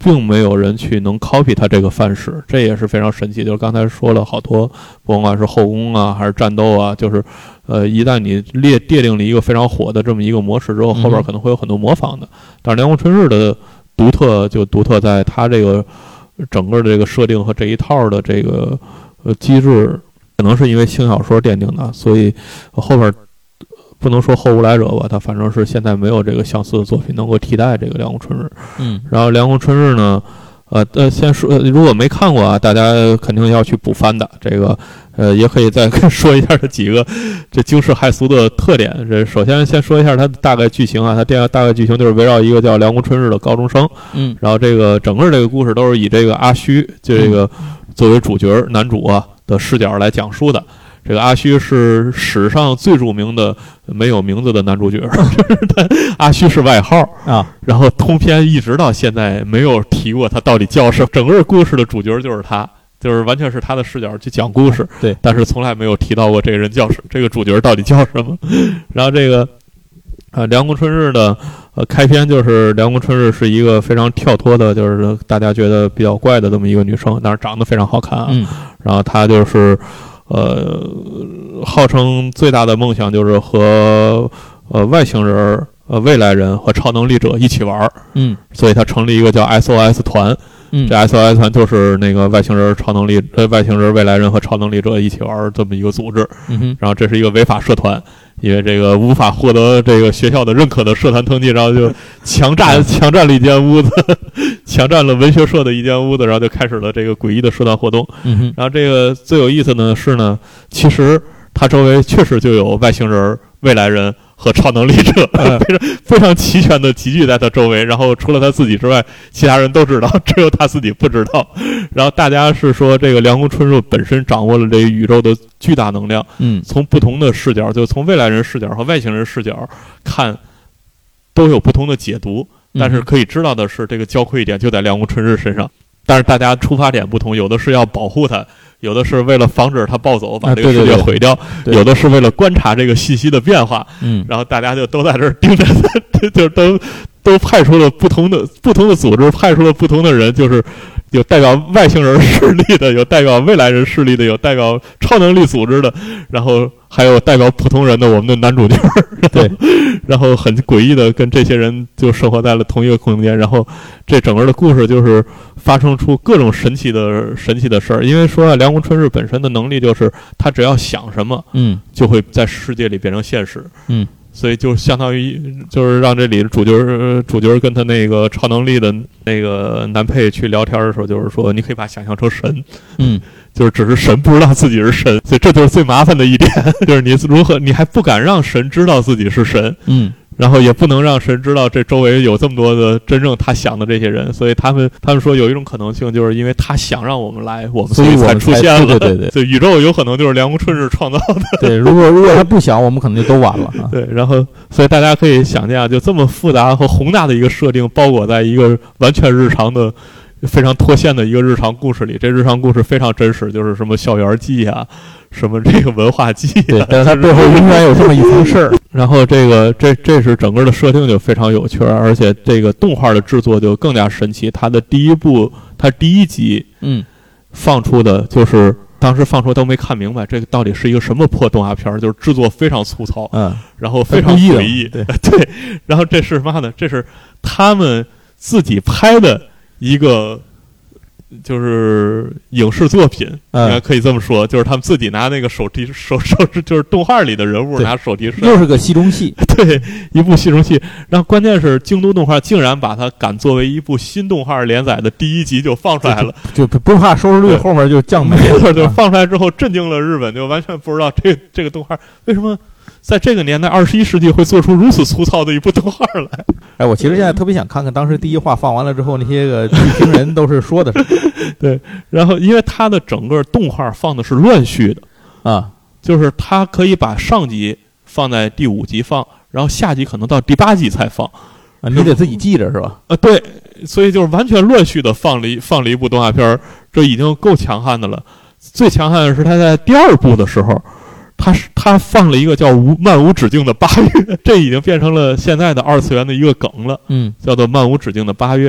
并没有人去能 copy 它这个范式，这也是非常神奇。就是刚才说了好多，甭管是后宫啊还是战斗啊，就是呃，一旦你列界定了一个非常火的这么一个模式之后，后边可能会有很多模仿的。但是凉宫春日的独特就独特在它这个整个的这个设定和这一套的这个呃机制，可能是因为轻小说奠定的，所以后边不能说后无来者吧，它反正是现在没有这个相似的作品能够替代这个凉宫春日。 嗯， 然后凉宫春日呢，呃呃，先说，如果没看过啊，大家肯定要去补番的。这个呃，也可以再说一下这几个这惊世骇俗的特点。这首先先说一下它的大概剧情啊，它电大概剧情就是围绕一个叫凉宫春日的高中生， 嗯，然后这个整个这个故事都是以这个阿虚就这个作为主角男主啊的视角来讲述的。这个阿虚是史上最著名的没有名字的男主角，阿虚是外号啊， 然后通篇一直到现在没有提过他到底叫什么，整个故事的主角就是他，就是完全是他的视角去讲故事， 对， 但是从来没有提到过这个人叫什么，这个主角到底叫什么。然后这个呃凉宫春日的呃开篇就是凉宫春日是一个非常跳脱的，就是大家觉得比较怪的这么一个女生，但是长得非常好看啊， 嗯， 然后她就是呃，号称最大的梦想就是和呃外星人、呃未来人和超能力者一起玩， 嗯， 所以他成立一个叫 S O S 团， 嗯， 这 S O S 团就是那个外星人、超能力呃外星人、未来人和超能力者一起玩这么一个组织， 嗯哼， 然后这是一个违法社团。因为这个无法获得这个学校的认可的社团登记，然后就强占强占了一间屋子，强占了文学社的一间屋子，然后就开始了这个诡异的社团活动。 嗯哼， 然后这个最有意思的是呢，其实他周围确实就有外星人、未来人和超能力者， 嗯、 非常非常齐全的集聚在他周围。然后除了他自己之外，其他人都知道，只有他自己不知道。然后大家是说，这个凉宫春日本身掌握了这个宇宙的巨大能量， 嗯， 从不同的视角，就从未来人视角和外星人视角看，都有不同的解读。但是可以知道的是，这个交汇点就在凉宫春日身上。但是大家出发点不同，有的是要保护他，有的是为了防止他暴走，把这个世界毁掉， 啊、对对对有的是为了观察这个信息的变化。 嗯， 然后大家就都在这儿盯着他，就都都派出了不同的不同的组织，派出了不同的人，就是有代表外星人势力的，有代表未来人势力的，有代表超能力组织的，然后还有代表普通人的我们的男主角。 对， 然后很诡异的跟这些人就生活在了同一个空间，然后这整个的故事就是发生出各种神奇的神奇的事儿。因为说啊，凉宫春日本身的能力就是他只要想什么， 嗯， 就会在世界里变成现实， 嗯。 所以就相当于就是让这里的主角主角跟他那个超能力的那个男配去聊天的时候，就是说你可以把想象成神， 嗯， 就是只是神不知道自己是神，所以这就是最麻烦的一点，就是你如何你还不敢让神知道自己是神， 嗯。 然后也不能让神知道这周围有这么多的真正他想的这些人，所以他们他们说有一种可能性，就是因为他想让我们来，我们所以才出现了。 对对对， 对，宇宙有可能就是凉宫春日创造的。 对，如果如果他不想，我们可能就都完了。 对，然后所以大家可以想见，就这么复杂和宏大的一个设定，包裹在一个完全日常的、非常脱线的一个日常故事里。这日常故事非常真实，就是什么校园记啊。什么这个文化记、啊， 对，但是它背后永远有这么一层事儿。 然后这个这这是整个的设定就非常有趣，而且这个动画的制作就更加神奇。它的第一部，它第一集， 嗯， 放出的就是当时放出都没看明白，这个到底是一个什么破动画片，就是制作非常粗糙， 嗯， 然后非常诡异， 对对。然后这是嘛呢？这是他们自己拍的一个。就是影视作品，应该可以这么说，就是他们自己拿那个手提手手就是动画里的人物拿手提摄， 又是个戏中戏， 对，一部戏中戏。然后关键是京都动画竟然把它赶作为一部新动画连载的第一集就放出来了， 就, 就不怕收视率后面就降没了，就放出来之后震惊了日本，就完全不知道这这个动画为什么。在这个年代，二十一世纪会做出如此粗糙的一部动画来。 哎，我其实现在特别想看看当时第一话放完了之后，那些个剧评人都是说的什么。 对，然后因为它的整个动画放的是乱序的啊， 就是它可以把上集放在第五集放，然后下集可能到第八集才放。 啊，你得自己记着是吧？ 呃，对，所以就是完全乱序的放了一放了一部动画片，这已经够强悍的了。最强悍的是他在第二部的时候。他是他放了一个叫无漫无止境的八月，这已经变成了现在的二次元的一个梗了， 嗯， 叫做漫无止境的八月。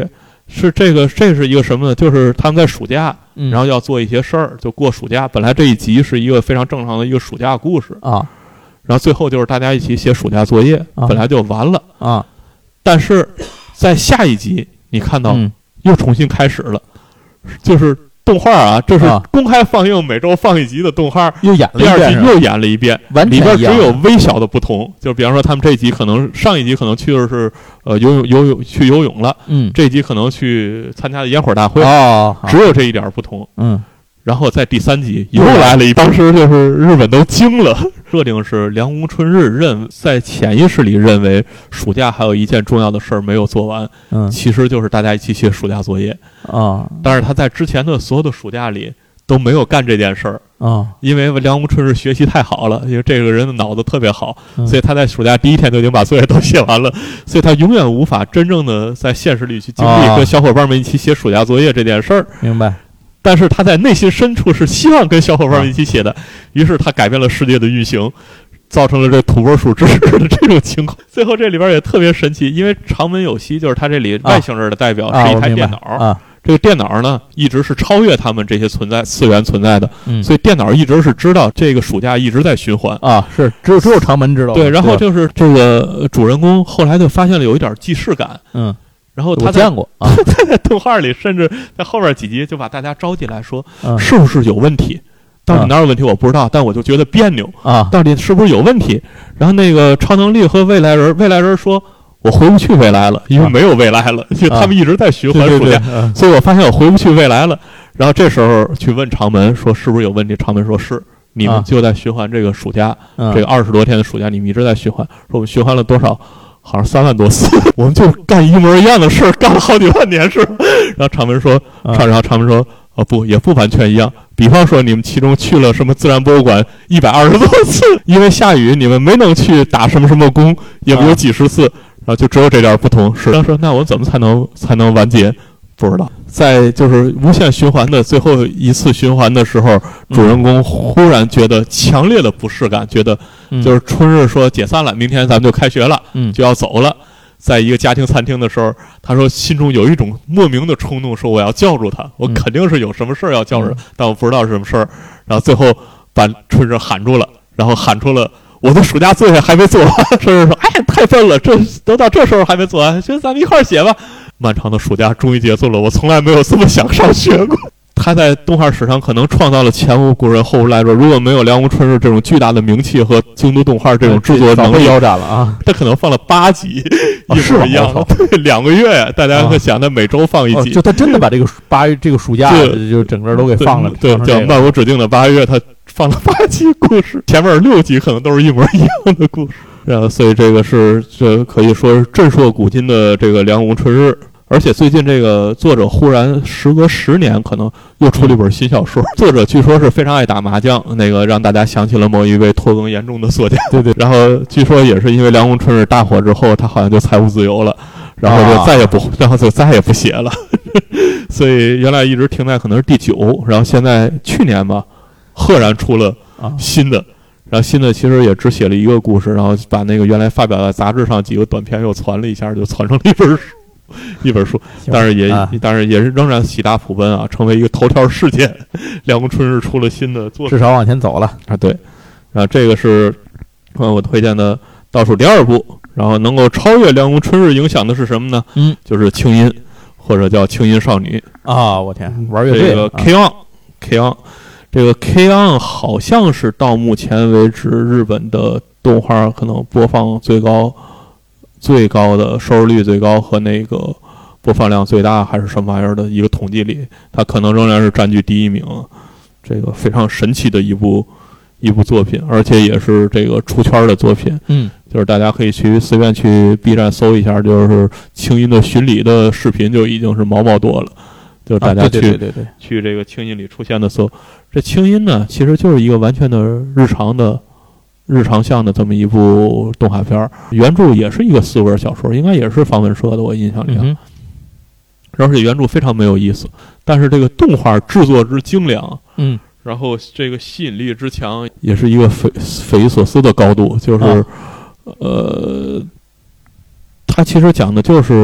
是这个，这是一个什么呢？就是他们在暑假， 嗯、 然后要做一些事儿，就过暑假。本来这一集是一个非常正常的一个暑假故事啊， 然后最后就是大家一起写暑假作业， 啊、 本来就完了啊。 但是在下一集，你看到、 嗯、 又重新开始了，就是动画啊，这是公开放映，每周放一集的动画， 又演了一遍，第二集又演了一遍，里边只有微小的不同。就比方说，他们这一集可能上一集可能去的是呃游泳游泳去游泳了， 嗯， 这一集可能去参加的烟火大会， 哦， 只有这一点不同， 嗯。 然后在第三集又来了一，当时就是日本都惊了。设定是凉宫春日认在潜意识里认为暑假还有一件重要的事儿没有做完， 嗯， 其实就是大家一起写暑假作业啊、哦。 但是他在之前的所有的暑假里都没有干这件事儿啊、哦， 因为凉宫春日学习太好了，因为这个人的脑子特别好， 嗯、 所以他在暑假第一天就已经把作业都写完了，所以他永远无法真正的在现实里去经历跟小伙伴们一起写暑假作业这件事儿。 哦、明白。 但是他在内心深处是希望跟小伙伴们一起写的，于是他改变了世界的运行，造成了这土拨鼠之日的这种情况。最后这里边也特别神奇，因为长门有希就是他这里外星人的代表、 啊、 是一台电脑、 啊啊、 这个电脑呢一直是超越他们这些存在次元存在的、 嗯、 所以电脑一直是知道这个暑假一直在循环啊，是只有只有长门知道。 对，然后就是这个主人公后来就发现了有一点既视感， 嗯。 然后他我见过啊， 他在动画里甚至在后面几集就把大家招进来说， 嗯、 是不是有问题？到底哪有问题我不知道，但我就觉得别扭啊， 到底是不是有问题？然后那个超能力和未来人，未来人说我回不去未来了，因为没有未来了，因为他们一直在循环暑假，所以我发现我回不去未来了。然后这时候去问长门说是不是有问题？长门说是，你们就在循环这个暑假， 啊、 这个二十多天的暑假，你们一直在循环。说我们循环了多少？好像三万多次，我们就干一模一样的事儿，干了好几万年是吧？然后长门说，长然后长门说，哦不，也不完全一样。比方说，你们其中去了什么自然博物馆一百二十多次，因为下雨，你们没能去打什么什么工，也没有几十次，然后就只有这点不同。是，当时那我怎么才能才能完结？不知道。在就是无限循环的最后一次循环的时候，主人公忽然觉得强烈的不适感，觉得就是春日说解散了，明天咱们就开学了， 嗯， 就要走了。在一个家庭餐厅的时候，他说心中有一种莫名的冲动，说我要叫住他，我肯定是有什么事儿要叫住他，但我不知道是什么事儿。然后最后把春日喊住了，然后喊出了我的暑假作业还没做完。春日说：“哎，太笨了，这都到这时候还没做完，行，咱们一块儿写吧。”漫长的暑假终于结束了，我从来没有这么想上学过。他在动画史上可能创造了前无古人后无来者。如果没有凉宫春日这种巨大的名气和京都动画这种制作能力， 腰斩了啊！ 他可能放了八集， 啊、 一模一样的，对，两个月呀！大家会想，他每周放一集， 哦、就他真的把这个八这个暑假就整个都给放了， 对，对叫漫无止境的八月，他放了八集故事，前面六集可能都是一模一样的故事。然后，所以这个是这可以说是震烁古今的这个凉宫春日。而且最近这个作者忽然时隔十年，可能又出了一本新小说。作者据说是非常爱打麻将，那个让大家想起了某一位拖更严重的作家。对对。然后据说也是因为凉宫春日大火之后，他好像就财务自由了，然后就再也不，啊、然后就再也不写了。所以原来一直停在可能是第九，然后现在去年吧，赫然出了新的。然后新的其实也只写了一个故事，然后把那个原来发表在杂志上几个短篇又传了一下，就传成了一本书。一本书，但是也、啊、但是也是仍然喜大普奔啊，成为一个头条事件。凉宫春日出了新的作品， 至少往前走了啊。对，然后这个是呃我推荐的倒数第二部，然后能够超越凉宫春日影响的是什么呢？ 嗯， 就是轻音，或者叫轻音少女啊。我天，玩乐队这个 K on、啊、K on， 这个 K on 好像是到目前为止日本的动画可能播放最高。最高的收视率最高和那个播放量最大还是什么玩意儿的一个统计里，它可能仍然是占据第一名。这个非常神奇的一部一部作品，而且也是这个出圈的作品。 嗯， 就是大家可以去随便去 B 站搜一下，就是轻音的巡礼的视频就已经是毛毛多了。就是大家去、啊、 对对对对对去这个轻音里出现的搜，这轻音呢其实就是一个完全的日常的。日常向的这么一部动画片，原著也是一个四本小说，应该也是方文社的，我印象里啊。 嗯、 而且原著非常没有意思，但是这个动画制作之精良， 嗯， 然后这个吸引力之强，也是一个匪匪夷所思的高度。就是，啊、呃，它其实讲的就是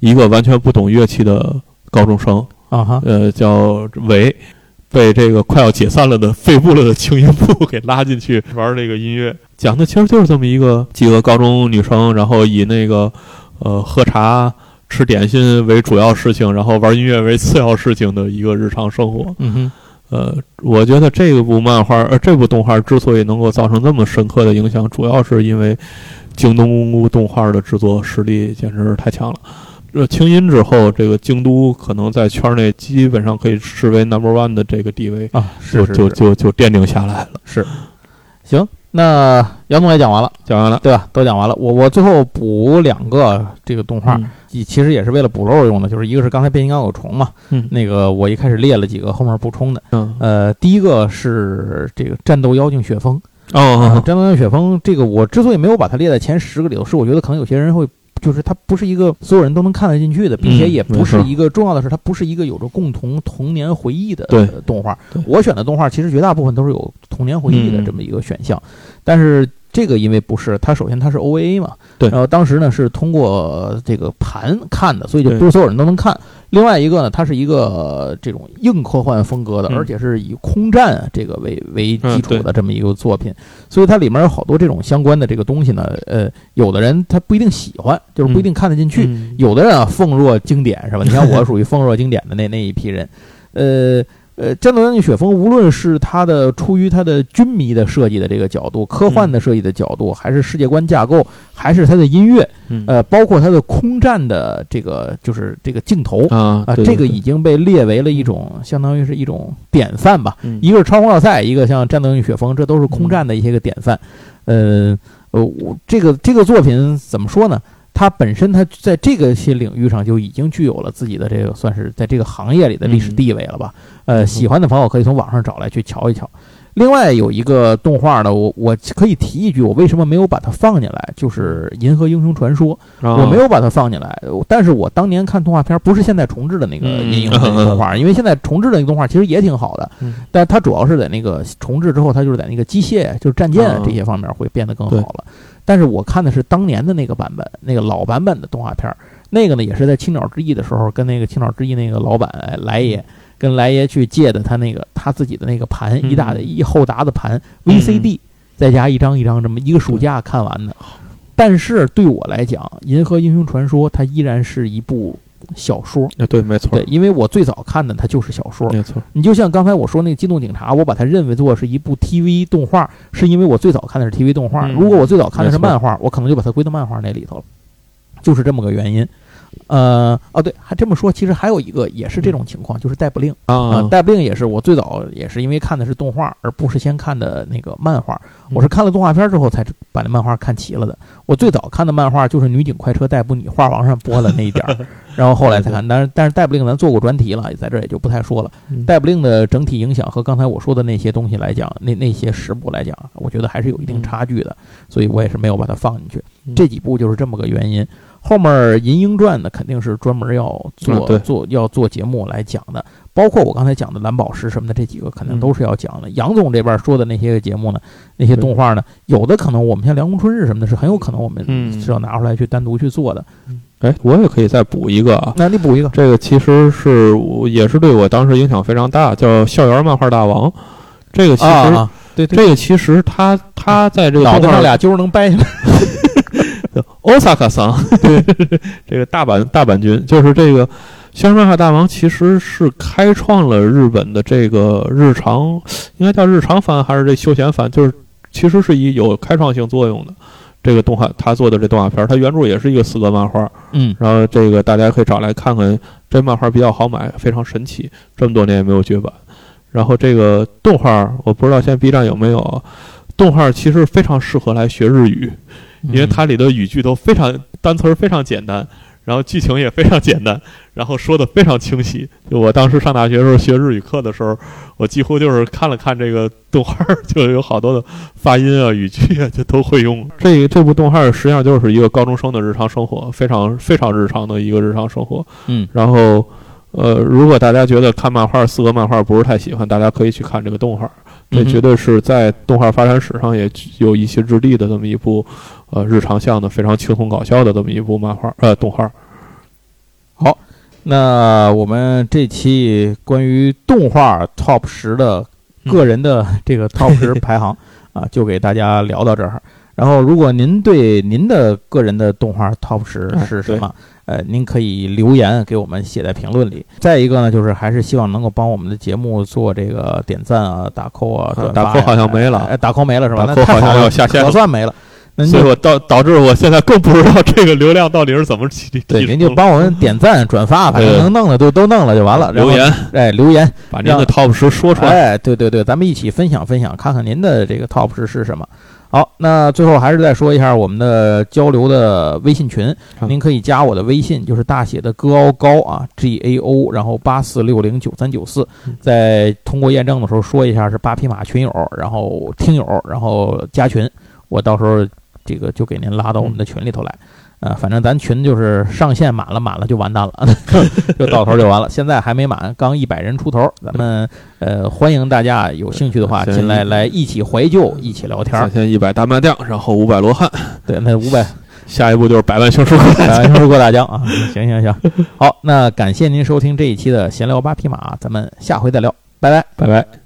一个完全不懂乐器的高中生啊哈， 呃，叫韦，被这个快要解散了的废部了的轻音部给拉进去玩这个音乐。讲的其实就是这么一个几个高中女生，然后以那个呃喝茶吃点心为主要事情，然后玩音乐为次要事情的一个日常生活。 嗯哼。 呃，我觉得这部漫画，呃，这部动画之所以能够造成这么深刻的影响，主要是因为京都动画的制作实力简直是太强了。呃，清音之后，这个京都可能在圈内基本上可以视为 number one 的这个地位啊，是是是就就就就奠定下来了。 是，行，那杨总也讲完了， 讲完了， 对吧？都讲完了。我我最后补两个这个动画。嗯，其实也是为了补漏用的，就是一个是刚才变形金刚有虫嘛， 嗯， 那个我一开始列了几个后面补充的， 嗯， 呃，第一个是这个战斗妖精雪峰， 哦，哦呃、战斗妖精雪峰这个我之所以没有把它列在前十个里头，是我觉得可能有些人会，就是它不是一个所有人都能看得进去的，并且也不是一个、嗯、重要的是它不是一个有着共同童年回忆的动画。我选的动画其实绝大部分都是有童年回忆的这么一个选项，嗯、但是。这个因为不是它，首先它是 O V A 嘛， 对， 然后当时呢是通过这个盘看的，所以就不是所有人都能看。另外一个呢，它是一个这种硬科幻风格的， 嗯、 而且是以空战这个为为基础的这么一个作品， 嗯、 所以它里面有好多这种相关的这个东西呢。呃，有的人他不一定喜欢，就是不一定看得进去； 嗯、 有的人啊奉若经典，是吧？你看我属于奉若经典的那那一批人，呃。呃，战斗妖精雪峰，无论是它的出于它的军迷的设计的这个角度，科幻的设计的角度，还是世界观架构，还是它的音乐，呃，包括它的空战的这个就是这个镜头啊， 啊，这个已经被列为了一种相当于是一种典范吧。 嗯、 一个是超红要塞，一个像战斗妖精雪峰，这都是空战的一些个典范。呃呃，我这个这个作品怎么说呢？它本身它在这个些领域上就已经具有了自己的这个算是在这个行业里的历史地位了吧？ 嗯、 呃，喜欢的朋友可以从网上找来去瞧一瞧。另外有一个动画呢，我我可以提一句，我为什么没有把它放进来？就是《银河英雄传说》， 哦， 我没有把它放进来。但是我当年看动画片，不是现在重制的那个银鹰的那个动画， 嗯、 因为现在重制的那个动画其实也挺好的， 嗯、 但它主要是在那个重制之后，它就是在那个机械，就是战舰这些方面会变得更好了。嗯、但是我看的是当年的那个版本，那个老版本的动画片，那个呢也是在青鸟之翼的时候，跟那个青鸟之翼那个老板来也。跟来爷去借的他那个他自己的那个盘， 嗯、 一大的一厚沓的盘 V C D，、嗯、再加一张一张这么一个暑假看完的。但是对我来讲，《银河英雄传说》它依然是一部小说。 对，没错。 对，因为我最早看的它就是小说。 没错。 你就像刚才我说那个《机动警察》，我把它认为做是一部 T V 动画，是因为我最早看的是 T V 动画。 嗯、 如果我最早看的是漫画，我可能就把它归到漫画那里头了，就是这么个原因。呃哦对，还这么说，其实还有一个也是这种情况，就是逮捕令啊，逮捕令也是我最早也是因为看的是动画，而不是先看的那个漫画。我是看了动画片之后才把那漫画看齐了的。我最早看的漫画就是《女警快车逮捕你》画王上播的那一点儿，然后后来才看。但是但是逮捕令咱做过专题了，在这儿也就不太说了。逮捕令的整体影响和刚才我说的那些东西来讲，那那些十部来讲，我觉得还是有一定差距的，所以我也是没有把它放进去。这几部就是这么个原因。后面《银鹰传》呢，肯定是专门要做、 嗯、 做要做节目来讲的，包括我刚才讲的蓝宝石什么的，这几个肯定都是要讲的。嗯、杨总这边说的那些个节目呢，那些动画呢，有的可能我们像《凉宫春日》什么的，是很有可能我们是要拿出来去单独去做的。 哎、嗯，我也可以再补一个啊， 那你补一个， 这个其实是也是对我当时影响非常大，叫《校园漫画大王》。这个其实， 啊、对, 对， 这个其实他他在这个脑袋上俩揪能掰下来。 欧萨卡桑，对，这个大阪大阪君，就是这个《校园漫画大王》，其实是开创了日本的这个日常，应该叫日常番还是这休闲番，就是其实是以有开创性作用的。这个动画他做的这动画片，他原著也是一个四格漫画， 嗯， 然后这个大家可以找来看看，这漫画比较好买，非常神奇，这么多年也没有绝版。然后这个动画，我不知道现在 B 站有没有，动画其实非常适合来学日语。因为它里的语句都非常单词非常简单，然后剧情也非常简单，然后说的非常清晰。就我当时上大学的时候学日语课的时候，我几乎就是看了看这个动画，就有好多的发音啊、语句啊，就都会用。这这部动画实际上就是一个高中生的日常生活，非常非常日常的一个日常生活。 嗯， 然后呃，如果大家觉得看漫画四个漫画不是太喜欢，大家可以去看这个动画。这绝对是在动画发展史上也有一席之地的这么一部，呃，日常向的非常轻松搞笑的这么一部漫画呃动画。 好，那我们这期关于动画 Top 十的个人的这个 Top 十排行啊，就给大家聊到这儿。然后，如果您对您的个人的动画 Top 十是什么，呃，您可以留言给我们写在评论里。再一个呢，就是还是希望能够帮我们的节目做这个点赞啊、打扣啊、转发呀。 打扣好像没了， 哎，打扣没了是吧？ 打扣好像要下线了， 可算没了。 所以我导导致我现在更不知道这个流量到底是怎么起的。 对，您就帮我们点赞、转发，反正能弄的就都弄了就完了。 留言， 哎，留言， 把您的 Top 十说出来。 哎，对对对，咱们一起分享分享，看看您的这个 Top 十是什么。好，那最后还是再说一下我们的交流的微信群，您可以加我的微信，就是大写的哥奥高啊 ，G A O， 然后八四六零九三九四，在通过验证的时候说一下是八匹马群友，然后听友，然后加群，我到时候这个就给您拉到我们的群里头来。呃，反正咱群就是上线满了，满了就完蛋了，就到头就完了。现在还没满，刚一百人出头。咱们呃欢迎大家有兴趣的话进来，来一起怀旧，一起聊天。 先一百大麻将，然后五百罗汉。 对，那五百， 下一步就是百万雄师过百万雄师过大江啊！行行行，好，那感谢您收听这一期的闲聊八匹马，咱们下回再聊，拜拜， 拜拜。